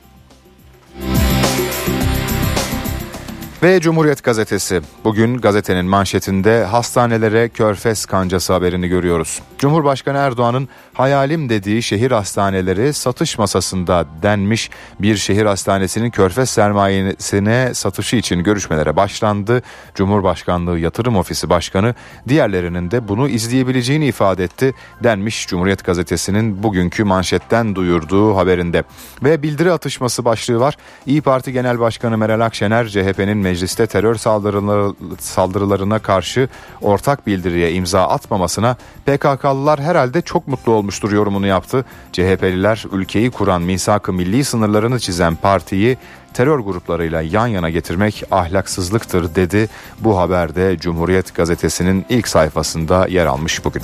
Ve Cumhuriyet Gazetesi. Bugün gazetenin manşetinde hastanelere körfez kancası haberini görüyoruz. Cumhurbaşkanı Erdoğan'ın hayalim dediği şehir hastaneleri satış masasında denmiş. Bir şehir hastanesinin körfez sermayesine satışı için görüşmelere başlandı. Cumhurbaşkanlığı Yatırım Ofisi Başkanı diğerlerinin de bunu izleyebileceğini ifade etti denmiş Cumhuriyet Gazetesi'nin bugünkü manşetten duyurduğu haberinde. Ve bildiri atışması başlığı var. İYİ Parti Genel Başkanı Meral Akşener C H P'nin mecliste terör saldırılarına karşı ortak bildiriye imza atmamasına P K K'lılar herhalde çok mutlu olmuştur yorumunu yaptı. C H P'liler ülkeyi kuran misak-ı milli sınırlarını çizen partiyi terör gruplarıyla yan yana getirmek ahlaksızlıktır dedi. Bu haberde Cumhuriyet Gazetesi'nin ilk sayfasında yer almış bugün.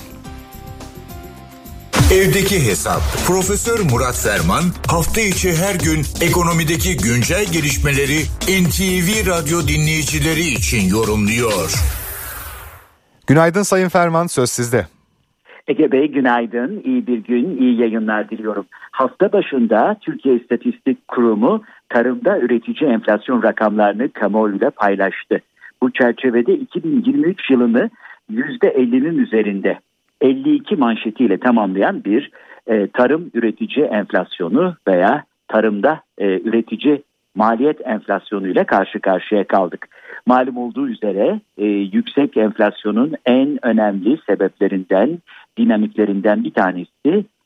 Evdeki Hesap. Profesör Murat Ferman hafta içi her gün ekonomideki güncel gelişmeleri N T V Radyo dinleyicileri için yorumluyor. Günaydın Sayın Ferman, söz sizde. Ege Bey günaydın, iyi bir gün, iyi yayınlar diliyorum. Hafta başında Türkiye İstatistik Kurumu tarımda üretici enflasyon rakamlarını kamuoyuyla paylaştı. Bu çerçevede iki bin yirmi üç yılını yüzde ellinin üzerinde elli iki manşetiyle tamamlayan bir e, tarım üretici enflasyonu veya tarımda e, üretici maliyet enflasyonu ile karşı karşıya kaldık. Malum olduğu üzere e, yüksek enflasyonun en önemli sebeplerinden, dinamiklerinden bir tanesi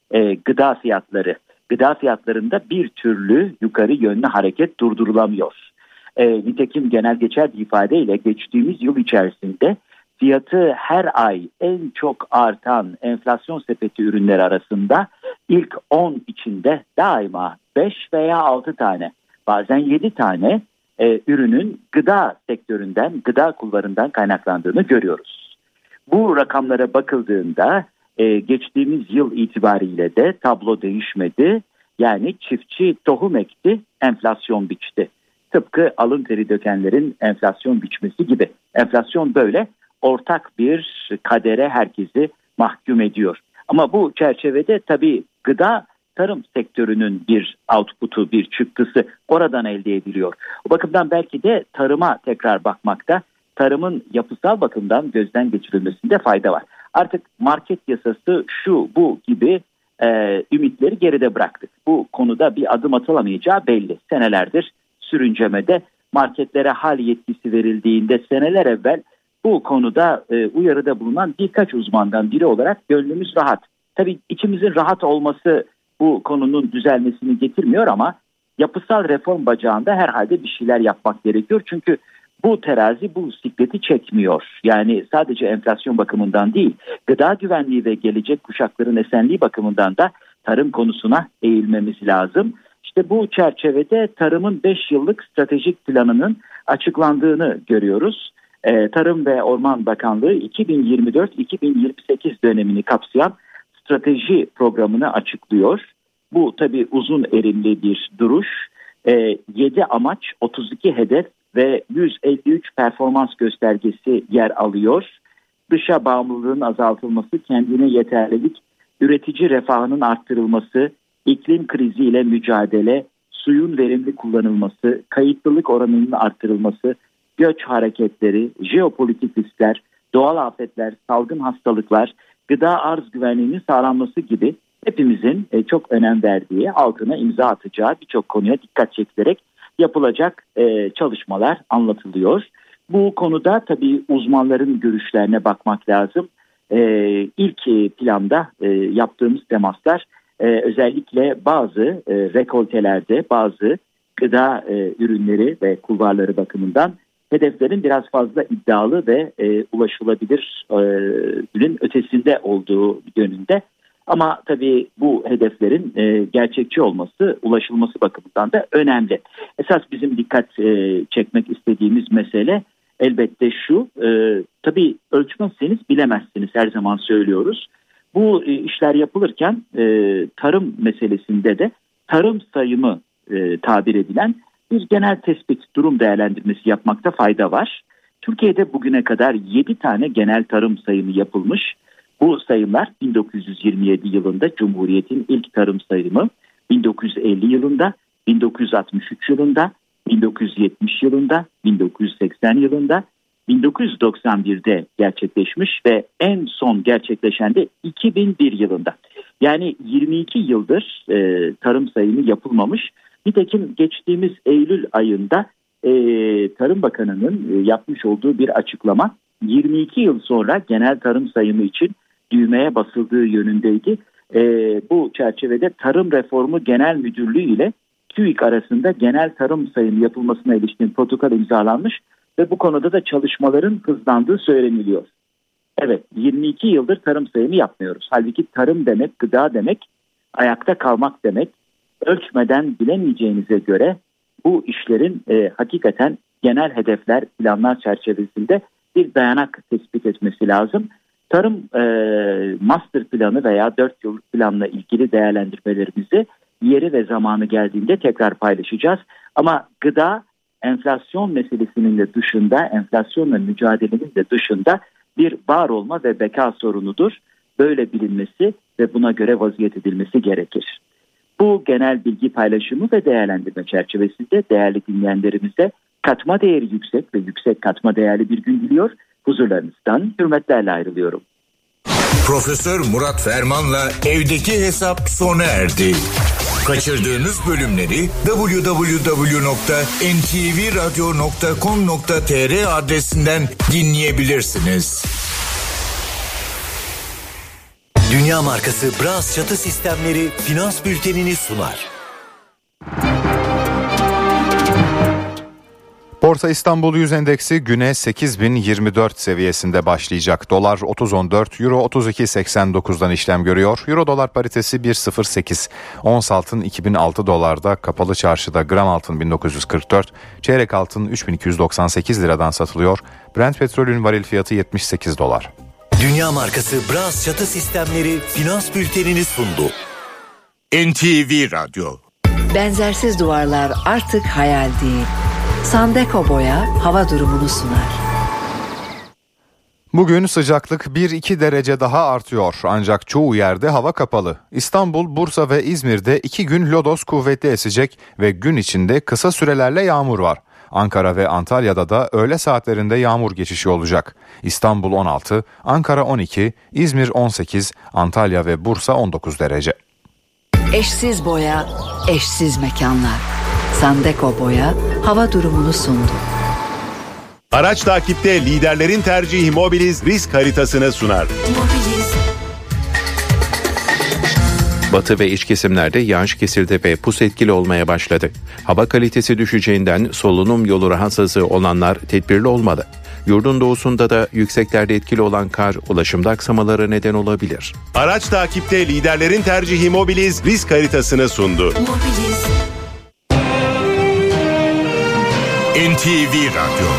e, gıda fiyatları. Gıda fiyatlarında bir türlü yukarı yönlü hareket durdurulamıyor. E, nitekim genel geçer bir ifadeyle geçtiğimiz yıl içerisinde fiyatı her ay en çok artan enflasyon sepeti ürünleri arasında ilk on içinde daima beş veya altı tane, bazen yedi tane e, ürünün gıda sektöründen, gıda kulvarından kaynaklandığını görüyoruz. Bu rakamlara bakıldığında e, geçtiğimiz yıl itibariyle de tablo değişmedi. Yani çiftçi tohum ekti, enflasyon biçti. Tıpkı alın teri dökenlerin enflasyon biçmesi gibi. Enflasyon böyle ortak bir kadere herkesi mahkum ediyor. Ama bu çerçevede tabii gıda tarım sektörünün bir output'u, bir çıktısı oradan elde ediliyor. O bakımdan belki de tarıma tekrar bakmakta, tarımın yapısal bakımdan gözden geçirilmesinde fayda var. Artık market yasası şu bu gibi e, ümitleri geride bıraktık. Bu konuda bir adım atılamayacağı belli. Senelerdir sürüncemede marketlere hal yetkisi verildiğinde seneler evvel bu konuda e, uyarıda bulunan birkaç uzmandan biri olarak gönlümüz rahat. Tabii içimizin rahat olması bu konunun düzelmesini getirmiyor ama yapısal reform bacağında herhalde bir şeyler yapmak gerekiyor. Çünkü bu terazi bu sikleti çekmiyor. Yani sadece enflasyon bakımından değil, gıda güvenliği ve gelecek kuşakların esenliği bakımından da tarım konusuna eğilmemiz lazım. İşte bu çerçevede tarımın beş yıllık stratejik planının açıklandığını görüyoruz. Ee, Tarım ve Orman Bakanlığı iki bin yirmi dört iki bin yirmi sekiz dönemini kapsayan strateji programını açıklıyor. Bu tabii uzun erimli bir duruş. Ee, yedi amaç, otuz iki hedef ve yüz elli üç performans göstergesi yer alıyor. Dışa bağımlılığın azaltılması, kendine yeterlilik, üretici refahının arttırılması, iklim kriziyle mücadele, suyun verimli kullanılması, kayıtlılık oranının arttırılması, göç hareketleri, jeopolitik riskler, doğal afetler, salgın hastalıklar, gıda arz güvenliğinin sağlanması gibi hepimizin çok önem verdiği, altına imza atacağı birçok konuya dikkat çekilerek yapılacak çalışmalar anlatılıyor. Bu konuda tabii uzmanların görüşlerine bakmak lazım. İlk planda yaptığımız temaslar özellikle bazı rekoltelerde, bazı gıda ürünleri ve kulvarları bakımından hedeflerin biraz fazla iddialı ve e, ulaşılabilirin ötesinde olduğu yönünde. Ama tabii bu hedeflerin e, gerçekçi olması, ulaşılması bakımından da önemli. Esas bizim dikkat e, çekmek istediğimiz mesele elbette şu, e, tabii ölçmezseniz bilemezsiniz, her zaman söylüyoruz. Bu e, işler yapılırken e, tarım meselesinde de tarım sayımı e, tabir edilen bir genel tespit, durum değerlendirmesi yapmakta fayda var. Türkiye'de bugüne kadar yedi tane genel tarım sayımı yapılmış. Bu sayımlar bin dokuz yüz yirmi yedi yılında Cumhuriyet'in ilk tarım sayımı, bin dokuz yüz elli yılında, bin dokuz yüz altmış üç yılında, bin dokuz yüz yetmiş yılında, bin dokuz yüz seksen yılında, bin dokuz yüz doksan birde gerçekleşmiş ve en son gerçekleşen de iki bin bir yılında. Yani yirmi iki yıldır e, tarım sayımı yapılmamış. Nitekim geçtiğimiz Eylül ayında e, Tarım Bakanı'nın e, yapmış olduğu bir açıklama yirmi iki yıl sonra genel tarım sayımı için düğmeye basıldığı yönündeydi. E, bu çerçevede Tarım Reformu Genel Müdürlüğü ile TÜİK arasında genel tarım sayımı yapılmasına ilişkin protokol imzalanmış ve bu konuda da çalışmaların hızlandığı söyleniliyor. Evet, yirmi iki yıldır tarım sayımı yapmıyoruz. Halbuki tarım demek, gıda demek, ayakta kalmak demek. Ölçmeden bilemeyeceğinize göre bu işlerin e, hakikaten genel hedefler, planlar çerçevesinde bir dayanak tespit etmesi lazım. Tarım e, master planı veya dört yıllık planla ilgili değerlendirmelerimizi yeri ve zamanı geldiğinde tekrar paylaşacağız. Ama gıda enflasyon meselesinin de dışında, enflasyonla mücadelenin de dışında bir var olma ve beka sorunudur. Böyle bilinmesi ve buna göre vaziyet edilmesi gerekir. Bu genel bilgi paylaşımı ve değerlendirme çerçevesinde değerli dinleyenlerimize katma değeri yüksek ve yüksek katma değerli bir gün diliyor. Huzurlarınızdan hürmetlerle ayrılıyorum. Profesör Murat Ferman'la evdeki hesap sona erdi. Kaçırdığınız bölümleri double-u double-u double-u nokta en ti vi radyo nokta com nokta tr adresinden dinleyebilirsiniz. Dünya markası Bras çatı sistemleri finans bültenini sunar. Borsa İstanbul Yüz Endeksi güne sekiz bin yirmi dört seviyesinde başlayacak. Dolar otuz on dört, Euro otuz iki seksen dokuzdan işlem görüyor. Euro dolar paritesi bir virgül sıfır sekiz. Ons altın iki bin altı dolarda, kapalı çarşıda gram altın bin dokuz yüz kırk dört, çeyrek altın üç bin iki yüz doksan sekiz liradan satılıyor. Brent petrolün varil fiyatı yetmiş sekiz dolar. Dünya markası Bras çatı sistemleri finans bültenini sundu. N T V Radyo. Benzersiz duvarlar artık hayal değil. Sandeko Boya hava durumunu sunar. Bugün sıcaklık bir iki derece daha artıyor ancak çoğu yerde hava kapalı. İstanbul, Bursa ve İzmir'de iki gün lodos kuvvetli esecek ve gün içinde kısa sürelerle yağmur var. Ankara ve Antalya'da da öğle saatlerinde yağmur geçişi olacak. İstanbul on altı, Ankara on iki, İzmir on sekiz, Antalya ve Bursa on dokuz derece. Eşsiz boya, eşsiz mekanlar. Sandeko Boya hava durumunu sundu. Araç takipte liderlerin tercihi Mobiliz risk haritasını sunar. Mobiliz. Batı ve iç kesimlerde yağış kesildi ve pus etkili olmaya başladı. Hava kalitesi düşeceğinden solunum yolu rahatsızlığı olanlar tedbirli olmalı. Yurdun doğusunda da yükseklerde etkili olan kar ulaşımda aksamalara neden olabilir. Araç takipte liderlerin tercihi Mobiliz risk haritasını sundu. Mobiliz. N T V Radyo.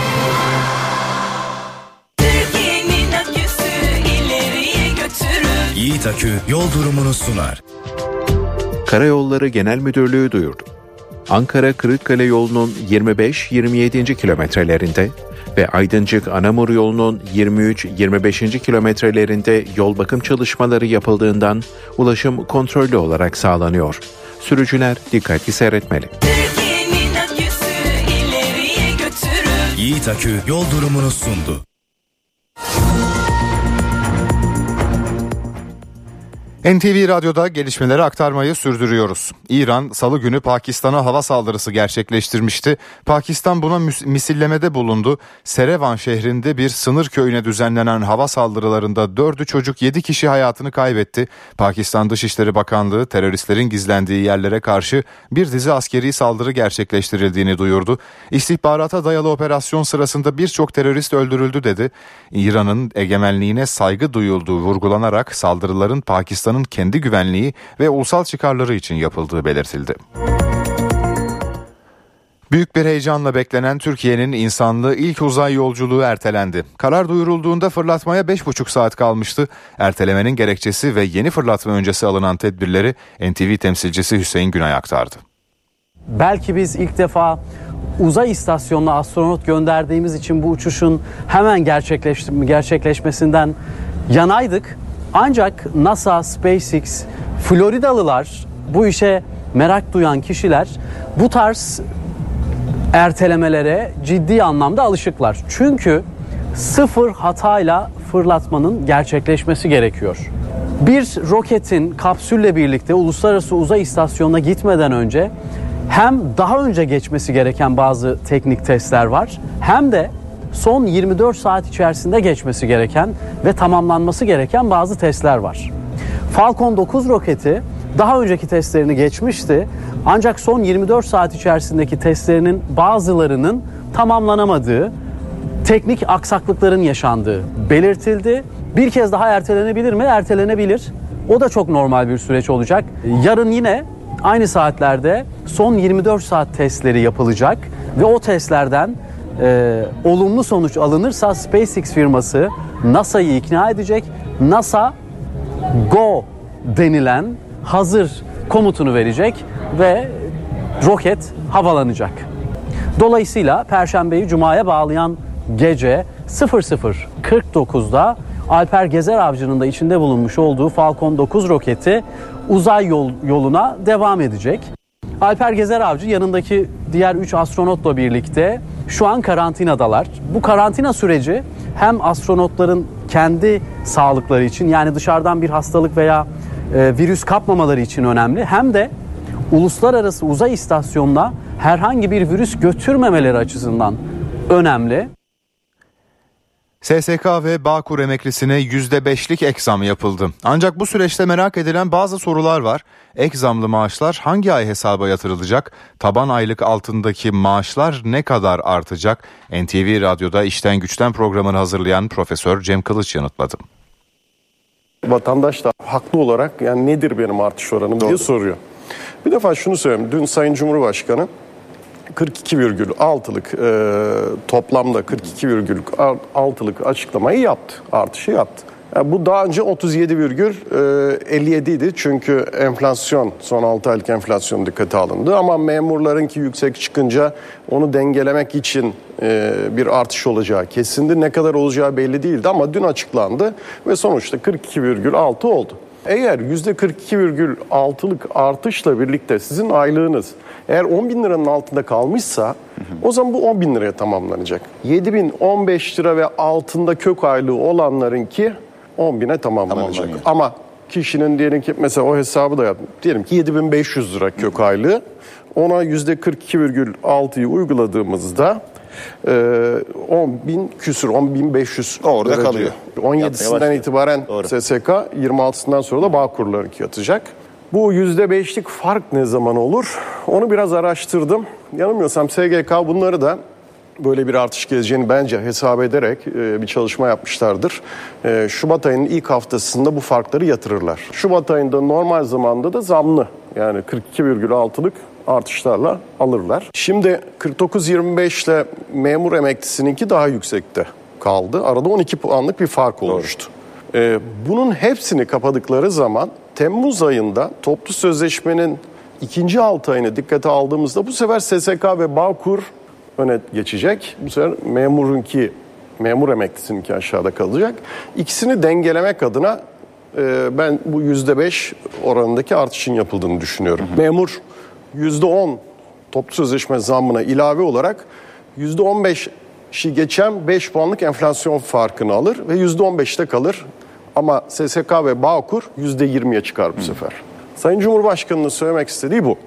Türkiye'nin aküsü ileriye götürür. Yiğit Akü yol durumunu sunar. Karayolları Genel Müdürlüğü duyurdu. Ankara Kırıkkale yolunun yirmi beş yirmi yedinci kilometrelerinde ve Aydıncık Anamur yolunun yirmi üç yirmi beşinci kilometrelerinde yol bakım çalışmaları yapıldığından ulaşım kontrollü olarak sağlanıyor. Sürücüler dikkatli seyretmeli. Yiğit Akü yol durumunu sundu. N T V Radyo'da gelişmeleri aktarmayı sürdürüyoruz. İran salı günü Pakistan'a hava saldırısı gerçekleştirmişti. Pakistan buna misillemede bulundu. Serevan şehrinde bir sınır köyüne düzenlenen hava saldırılarında dördü çocuk yedi kişi hayatını kaybetti. Pakistan Dışişleri Bakanlığı teröristlerin gizlendiği yerlere karşı bir dizi askeri saldırı gerçekleştirildiğini duyurdu. İstihbarata dayalı operasyon sırasında birçok terörist öldürüldü dedi. İran'ın egemenliğine saygı duyulduğu vurgulanarak saldırıların Pakistan'ın kendi güvenliği ve ulusal çıkarları için yapıldığı belirtildi. Büyük bir heyecanla beklenen Türkiye'nin insanlı ilk uzay yolculuğu ertelendi. Karar duyurulduğunda fırlatmaya beş buçuk saat kalmıştı. Ertelemenin gerekçesi ve yeni fırlatma öncesi alınan tedbirleri N T V temsilcisi Hüseyin Günay aktardı. Belki biz ilk defa uzay istasyonuna astronot gönderdiğimiz için bu uçuşun hemen gerçekleş, gerçekleşmesinden yanaydık. Ancak NASA, SpaceX, Floridalılar, bu işe merak duyan kişiler bu tarz ertelemelere ciddi anlamda alışıklar. Çünkü sıfır hatayla fırlatmanın gerçekleşmesi gerekiyor. Bir roketin kapsülle birlikte uluslararası uzay istasyonuna gitmeden önce hem daha önce geçmesi gereken bazı teknik testler var, hem de son yirmi dört saat içerisinde geçmesi gereken ve tamamlanması gereken bazı testler var. Falcon dokuz roketi daha önceki testlerini geçmişti. Ancak son yirmi dört saat içerisindeki testlerinin bazılarının tamamlanamadığı, teknik aksaklıkların yaşandığı belirtildi. Bir kez daha ertelenebilir mi? Ertelenebilir. O da çok normal bir süreç olacak. Yarın yine aynı saatlerde son yirmi dört saat testleri yapılacak ve o testlerden e, olumlu sonuç alınırsa SpaceX firması NASA'yı ikna edecek. NASA Go denilen hazır komutunu verecek ve roket havalanacak. Dolayısıyla Perşembeyi Cuma'ya bağlayan gece sıfır sıfır kırk dokuzda Alper Gezer Avcı'nın da içinde bulunmuş olduğu Falcon dokuz roketi uzay yol, yoluna devam edecek. Alper Gezer Avcı yanındaki diğer üç astronotla birlikte şu an karantinadalar. Bu karantina süreci hem astronotların kendi sağlıkları için, yani dışarıdan bir hastalık veya e, virüs kapmamaları için önemli, hem de uluslararası uzay istasyonuna herhangi bir virüs götürmemeleri açısından önemli. S S K ve Bağkur emeklisine yüzde beşlik ek zam yapıldı. Ancak bu süreçte merak edilen bazı sorular var. Ek zamlı maaşlar hangi ay hesaba yatırılacak? Taban aylık altındaki maaşlar ne kadar artacak? N T V Radyo'da İşten Güçten programını hazırlayan Profesör Cem Kılıç yanıtladı. Vatandaş da haklı olarak yani nedir benim artış oranım diye soruyor. Bir defa şunu söyleyeyim. Dün Sayın Cumhurbaşkanı kırk iki virgül altılık e, toplamda kırk iki virgül altılık açıklamayı yaptı. Artışı yaptı. Yani bu daha önce otuz yedi virgül elli yedi idi. Çünkü enflasyon, son altı aylık enflasyon dikkate alındı. Ama memurlarınki yüksek çıkınca onu dengelemek için e, bir artış olacağı kesindi. Ne kadar olacağı belli değildi ama dün açıklandı ve sonuçta kırk iki virgül altı oldu. Eğer yüzde kırk iki virgül altılık artışla birlikte sizin aylığınız eğer on bin liranın altında kalmışsa hı hı. o zaman bu on bin liraya tamamlanacak. yedi bin on beş lira ve altında kök aylığı olanlarınki on bine tamamlanacak. Ama kişinin diyelim ki mesela o hesabı da yaptım. Diyelim ki yedi bin beş yüz lira kök aylığı. Ona yüzde kırk iki virgül altıyı uyguladığımızda on bin küsür, on bin beş yüz orada derece. Kalıyor. on yedisinden itibaren doğru. S S K, yirmi altısından sonra da Bağkurlarınki yatacak. Bu yüzde beşlik fark ne zaman olur? Onu biraz araştırdım. Yanılmıyorsam S G K bunları da böyle bir artış geleceğini bence hesap ederek bir çalışma yapmışlardır. Şubat ayının ilk haftasında bu farkları yatırırlar. Şubat ayında normal zamanda da zamlı yani kırk iki virgül altılık artışlarla alırlar. Şimdi kırk dokuz yirmi beş ile memur emeklisininki daha yüksekte kaldı. Arada on iki puanlık bir fark oluştu. Ee, bunun hepsini kapadıkları zaman Temmuz ayında toplu sözleşmenin ikinci altı ayını dikkate aldığımızda bu sefer S S K ve Bağkur öne geçecek. Bu sefer memurunki, memur emeklisininki aşağıda kalacak. İkisini dengelemek adına e, ben bu yüzde beş oranındaki artışın yapıldığını düşünüyorum. Hı hı. Memur yüzde on toplu sözleşme zammına ilave olarak yüzde on beşi geçen beş puanlık enflasyon farkını alır ve yüzde on beşte kalır. Ama S S K ve Bağkur yüzde yirmiye çıkar bu sefer. Sayın Cumhurbaşkanı'nın söylemek istediği bu.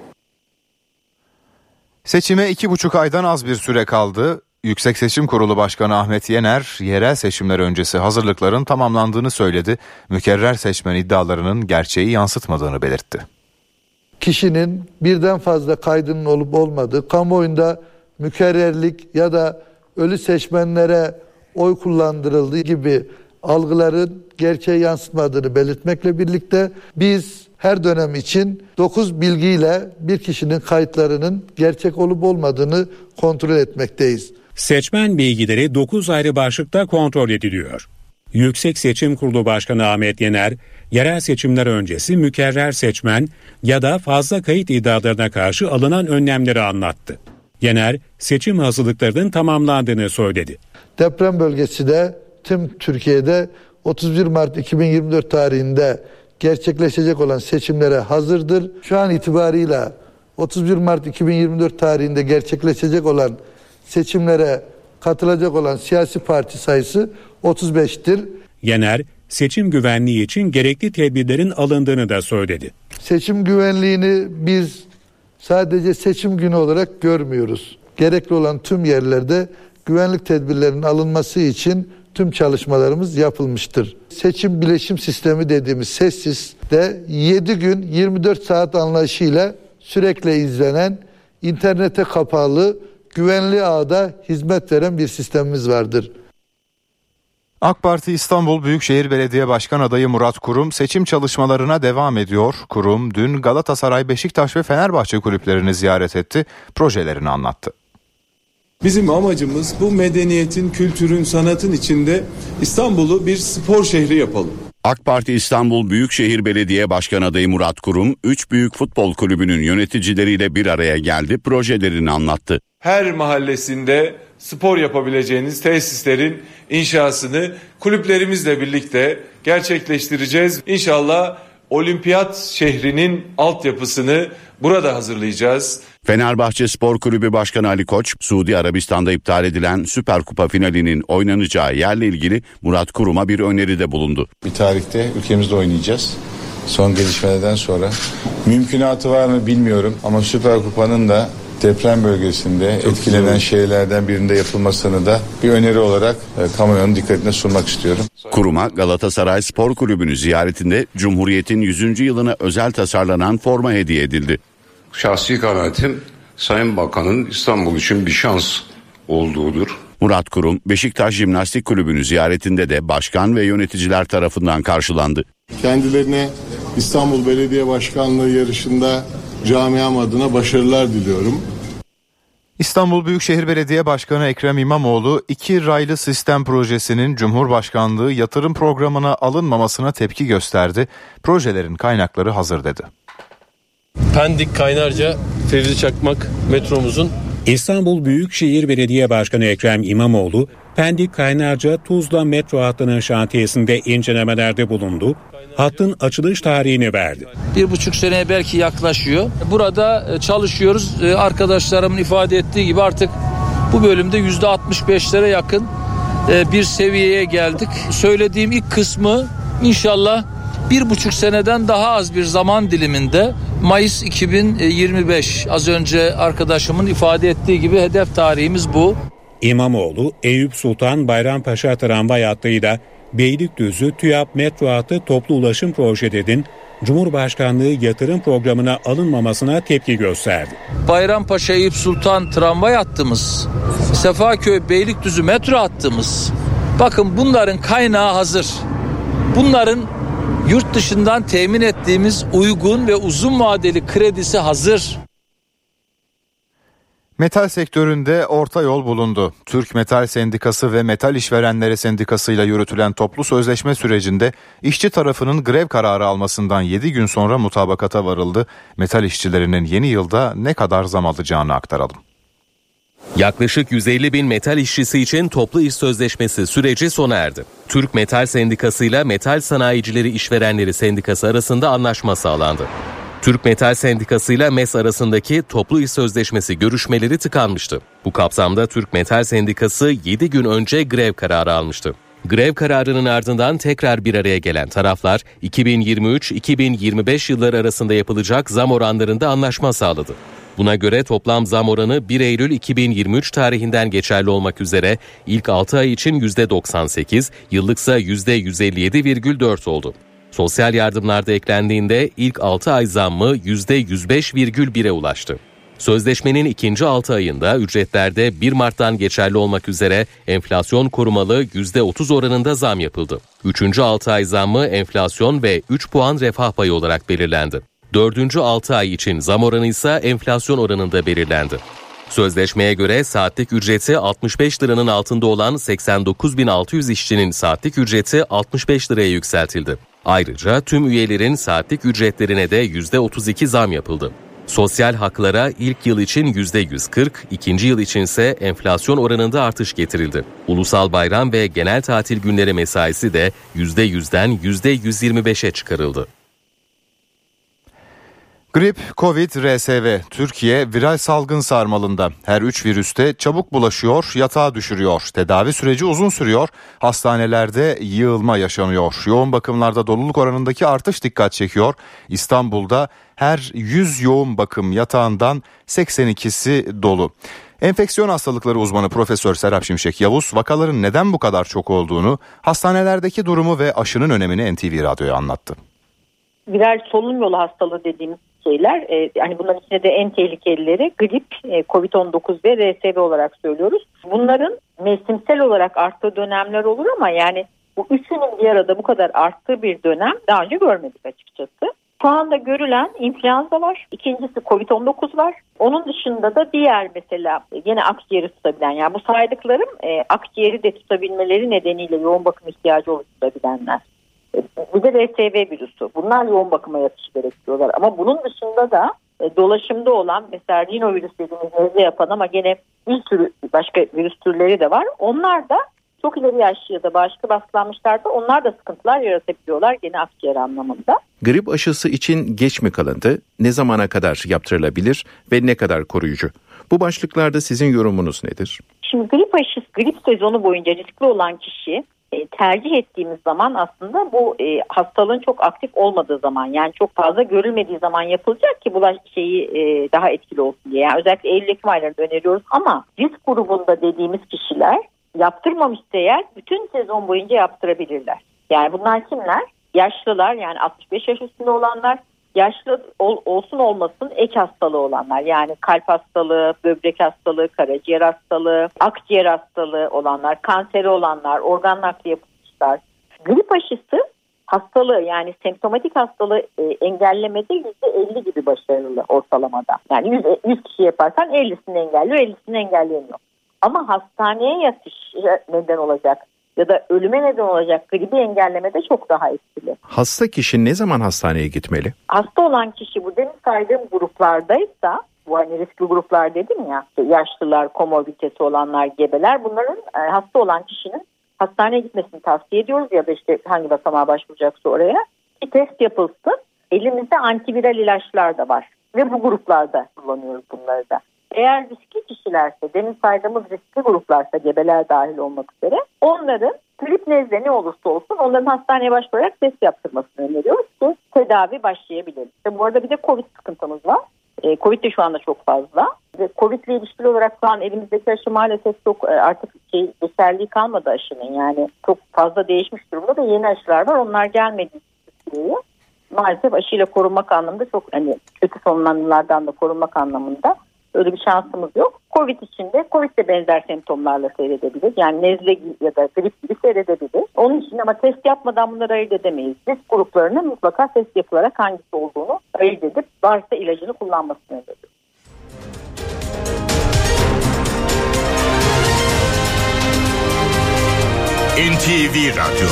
Seçime iki buçuk aydan az bir süre kaldı. Yüksek Seçim Kurulu Başkanı Ahmet Yener, yerel seçimler öncesi hazırlıkların tamamlandığını söyledi. Mükerrer seçmen iddialarının gerçeği yansıtmadığını belirtti. Kişinin birden fazla kaydının olup olmadığı, kamuoyunda mükerrerlik ya da ölü seçmenlere oy kullandırıldığı gibi algıların gerçeği yansıtmadığını belirtmekle birlikte biz her dönem için dokuz bilgiyle bir kişinin kayıtlarının gerçek olup olmadığını kontrol etmekteyiz. Seçmen bilgileri dokuz ayrı başlıkta kontrol ediliyor. Yüksek Seçim Kurulu Başkanı Ahmet Yener, yerel seçimler öncesi mükerrer seçmen ya da fazla kayıt iddialarına karşı alınan önlemleri anlattı. Yener, seçim hazırlıklarının tamamlandığını söyledi. Deprem bölgesi de tüm Türkiye'de otuz bir Mart iki bin yirmi dört tarihinde gerçekleşecek olan seçimlere hazırdır. Şu an itibarıyla otuz bir Mart iki bin yirmi dört tarihinde gerçekleşecek olan seçimlere katılacak olan siyasi parti sayısı otuz beştir. Yener, seçim güvenliği için gerekli tedbirlerin alındığını da söyledi. Seçim güvenliğini biz sadece seçim günü olarak görmüyoruz. Gerekli olan tüm yerlerde güvenlik tedbirlerinin alınması için tüm çalışmalarımız yapılmıştır. Seçim bileşim sistemi dediğimiz SESSİS de yedi gün yirmi dört saat anlayışıyla sürekli izlenen, internete kapalı, güvenli ağda hizmet veren bir sistemimiz vardır. AK Parti İstanbul Büyükşehir Belediye Başkan adayı Murat Kurum seçim çalışmalarına devam ediyor. Kurum dün Galatasaray, Beşiktaş ve Fenerbahçe kulüplerini ziyaret etti, projelerini anlattı. Bizim amacımız bu medeniyetin, kültürün, sanatın içinde İstanbul'u bir spor şehri yapalım. AK Parti İstanbul Büyükşehir Belediye Başkan adayı Murat Kurum, üç büyük futbol kulübünün yöneticileriyle bir araya geldi, projelerini anlattı. Her mahallesinde spor yapabileceğiniz tesislerin inşasını kulüplerimizle birlikte gerçekleştireceğiz. İnşallah olimpiyat şehrinin altyapısını burada hazırlayacağız. Fenerbahçe Spor Kulübü Başkanı Ali Koç, Suudi Arabistan'da iptal edilen Süper Kupa finalinin oynanacağı yerle ilgili Murat Kurum'a bir öneride bulundu. Bir tarihte ülkemizde oynayacağız. Son gelişmelerden sonra mümkünatı var mı bilmiyorum ama Süper Kupa'nın da deprem bölgesinde Çok etkilenen güzel. şeylerden birinde yapılmasını da bir öneri olarak e, kamuoyunun dikkatine sunmak istiyorum. Kuruma Galatasaray Spor Kulübü'nü ziyaretinde Cumhuriyet'in yüzüncü yılına özel tasarlanan forma hediye edildi. Şahsi kanaatim Sayın Bakan'ın İstanbul için bir şans olduğudur. Murat Kurum Beşiktaş Jimnastik Kulübü'nü ziyaretinde de başkan ve yöneticiler tarafından karşılandı. Kendilerine İstanbul Belediye Başkanlığı yarışında camiam adına başarılar diliyorum. İstanbul Büyükşehir Belediye Başkanı Ekrem İmamoğlu, iki raylı sistem projesinin Cumhurbaşkanlığı yatırım programına alınmamasına tepki gösterdi. Projelerin kaynakları hazır dedi. Pendik Kaynarca Fevzi Çakmak metromuzun İstanbul Büyükşehir Belediye Başkanı Ekrem İmamoğlu, Pendik Kaynarca Tuzla metro hattının şantiyesinde incelemelerde bulundu. Hattın açılış tarihini verdi. Bir buçuk seneye belki yaklaşıyor. Burada çalışıyoruz. Arkadaşlarımın ifade ettiği gibi artık bu bölümde yüzde altmış beşlere yakın bir seviyeye geldik. Söylediğim ilk kısmı inşallah bir buçuk seneden daha az bir zaman diliminde Mayıs iki bin yirmi beş, az önce arkadaşımın ifade ettiği gibi hedef tarihimiz bu. İmamoğlu, Eyüp Sultan Bayrampaşa tramvay hattıyla Beylikdüzü TÜYAP metro hattı toplu ulaşım projelerinin Cumhurbaşkanlığı yatırım programına alınmamasına tepki gösterdi. Bayrampaşa Eyüp Sultan tramvay hattımız, Sefaköy Beylikdüzü metro hattımız, bakın bunların kaynağı hazır. Bunların yurt dışından temin ettiğimiz uygun ve uzun vadeli kredisi hazır. Metal sektöründe orta yol bulundu. Türk Metal Sendikası ve Metal İşverenleri Sendikası ile yürütülen toplu sözleşme sürecinde işçi tarafının grev kararı almasından yedi gün sonra mutabakata varıldı. Metal işçilerinin yeni yılda ne kadar zam alacağını aktaralım. Yaklaşık yüz elli bin metal işçisi için toplu iş sözleşmesi süreci sona erdi. Türk Metal Sendikası ile Metal Sanayicileri İşverenleri Sendikası arasında anlaşma sağlandı. Türk Metal Sendikası ile MES arasındaki toplu iş sözleşmesi görüşmeleri tıkanmıştı. Bu kapsamda Türk Metal Sendikası yedi gün önce grev kararı almıştı. Grev kararının ardından tekrar bir araya gelen taraflar iki bin yirmi üç iki bin yirmi beş yılları arasında yapılacak zam oranlarında anlaşma sağladı. Buna göre toplam zam oranı bir Eylül iki bin yirmi üç tarihinden geçerli olmak üzere ilk altı ay için yüzde doksan sekiz, yıllıksa yüzde yüz elli yedi virgül dört oldu. Sosyal yardımlarda eklendiğinde ilk altı ay zammı yüzde yüz beş virgül bire ulaştı. Sözleşmenin ikinci altı ayında ücretlerde bir Mart'tan geçerli olmak üzere enflasyon korumalı yüzde otuz oranında zam yapıldı. Üçüncü altı ay zammı enflasyon ve üç puan refah payı olarak belirlendi. Dördüncü altı ay için zam oranı ise enflasyon oranında belirlendi. Sözleşmeye göre saatlik ücreti altmış beş liranın altında olan seksen dokuz bin altı yüz işçinin saatlik ücreti altmış beş liraya yükseltildi. Ayrıca tüm üyelerin saatlik ücretlerine de yüzde otuz iki zam yapıldı. Sosyal haklara ilk yıl için yüzde yüz kırk, ikinci yıl içinse enflasyon oranında artış getirildi. Ulusal bayram ve genel tatil günleri mesaisi de yüzde yüzden yüzde yüz yirmi beşe çıkarıldı. Grip, Covid, R S V, Türkiye viral salgın sarmalında. Her üç virüste çabuk bulaşıyor, yatağa düşürüyor. Tedavi süreci uzun sürüyor. Hastanelerde yığılma yaşanıyor. Yoğun bakımlarda doluluk oranındaki artış dikkat çekiyor. İstanbul'da her yüz yoğun bakım yatağından seksen ikisi dolu. Enfeksiyon hastalıkları uzmanı Profesör Serap Şimşek Yavuz, vakaların neden bu kadar çok olduğunu, hastanelerdeki durumu ve aşının önemini N T V Radyo'ya anlattı. Viral solunum yolu hastalığı dediğimiz şeyler, e, yani bunların içinde de en tehlikelileri grip, e, kovid on dokuz ve R S V olarak söylüyoruz. Bunların mevsimsel olarak arttığı dönemler olur ama yani bu üçünün bir arada bu kadar arttığı bir dönem daha önce görmedik açıkçası. Şu anda görülen influenza var. İkincisi kovid on dokuz var. Onun dışında da diğer mesela yine akciğeri tutabilen, yani bu saydıklarım e, akciğeri de tutabilmeleri nedeniyle yoğun bakım ihtiyacı oluşturabilenler. Bir de R S V virüsü. Bunlar yoğun bakıma yatış gerekiyorlar. Ama bunun dışında da e, dolaşımda olan mesela rinovirüs dediğimiz nezle yapan ama gene bir sürü başka virüs türleri de var. Onlar da çok ileri yaşlı ya da başka baskılanmışlarda onlar da sıkıntılar yaratabiliyorlar gene akciğer anlamında. Grip aşısı için geç mi kalındı? Ne zamana kadar yaptırılabilir ve ne kadar koruyucu? Bu başlıklarda sizin yorumunuz nedir? Şimdi grip aşısı, grip sezonu boyunca riskli olan kişi e, tercih ettiğimiz zaman aslında bu e, hastalığın çok aktif olmadığı zaman, yani çok fazla görülmediği zaman yapılacak ki bulaş şeyi e, daha etkili olsun diye. Yani özellikle Eylül-Ekim aylarında öneriyoruz ama risk grubunda dediğimiz kişiler yaptırmamışsa eğer bütün sezon boyunca yaptırabilirler. Yani bunlar kimler? Yaşlılar, yani altmış beş yaş üstünde olanlar, yaşlı ol, olsun olmasın ek hastalığı olanlar, yani kalp hastalığı, böbrek hastalığı, karaciğer hastalığı, akciğer hastalığı olanlar, kanseri olanlar, organ nakli yapılmışlar. Grip aşısı hastalığı, yani semptomatik hastalığı e, engellemede yüzde elli gibi başarılı ortalamada. Yani yüz, yüz kişi yaparsan ellisini engelliyor, ellisini engelleyemiyor. Ama hastaneye yatış neden olacak ya da ölüme neden olacak gribi engellemede çok daha etkili. Hasta kişi ne zaman hastaneye gitmeli? Hasta olan kişi bu demin saydığım gruplardaysa, bu hani riskli gruplar dedim ya, yaşlılar, komorbiditesi olanlar, gebeler, bunların e, hasta olan kişinin hastaneye gitmesini tavsiye ediyoruz ya da işte hangi basamağa başvuracaksa oraya bir test yapılsın. Elimizde antiviral ilaçlar da var ve bu gruplarda kullanıyoruz bunları da. Eğer riskli kişilerse, demin saydığımız riskli gruplarsa, gebeler dahil olmak üzere, onların grip nezle ne olursa olsun onların hastaneye başvurarak test yaptırmasını öneriyoruz ki tedavi başlayabilir. İşte bu arada bir de Covid sıkıntımız var. E, Covid de şu anda çok fazla. Ve Covid ile ilişkili olarak şu an elimizdeki aşı maalesef çok artık şey, geçerliği kalmadı aşının. Yani çok fazla değişmiş durumda da yeni aşılar var. Onlar gelmediği için maalesef aşıyla korunmak anlamında çok hani kötü sonlananlardan da korunmak anlamında öyle bir şansımız yok. Covid için de Covid de benzer semptomlarla seyredebilir. Yani nezle ya da grip gibi seyredebilir. Onun için ama test yapmadan bunları ayırt edemeyiz. Risk gruplarının mutlaka test yapılarak hangisi olduğunu ayırt edip varsa ilacını kullanmasını öneriyoruz. N T V Radyo.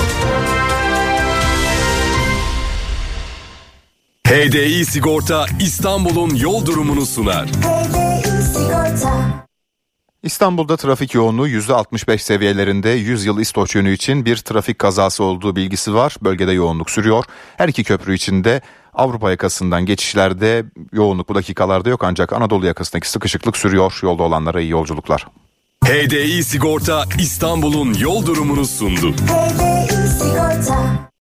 H D I Sigorta İstanbul'un yol durumunu sunar. İstanbul'da trafik yoğunluğu yüzde altmış beş seviyelerinde. yüz yıl İstoç yönü için bir trafik kazası olduğu bilgisi var. Bölgede yoğunluk sürüyor. Her iki köprü içinde Avrupa yakasından geçişlerde yoğunluk bu dakikalarda yok, ancak Anadolu yakasındaki sıkışıklık sürüyor. Yolda olanlara iyi yolculuklar. H D I Sigorta İstanbul'un yol durumunu sundu. H D I Sigorta.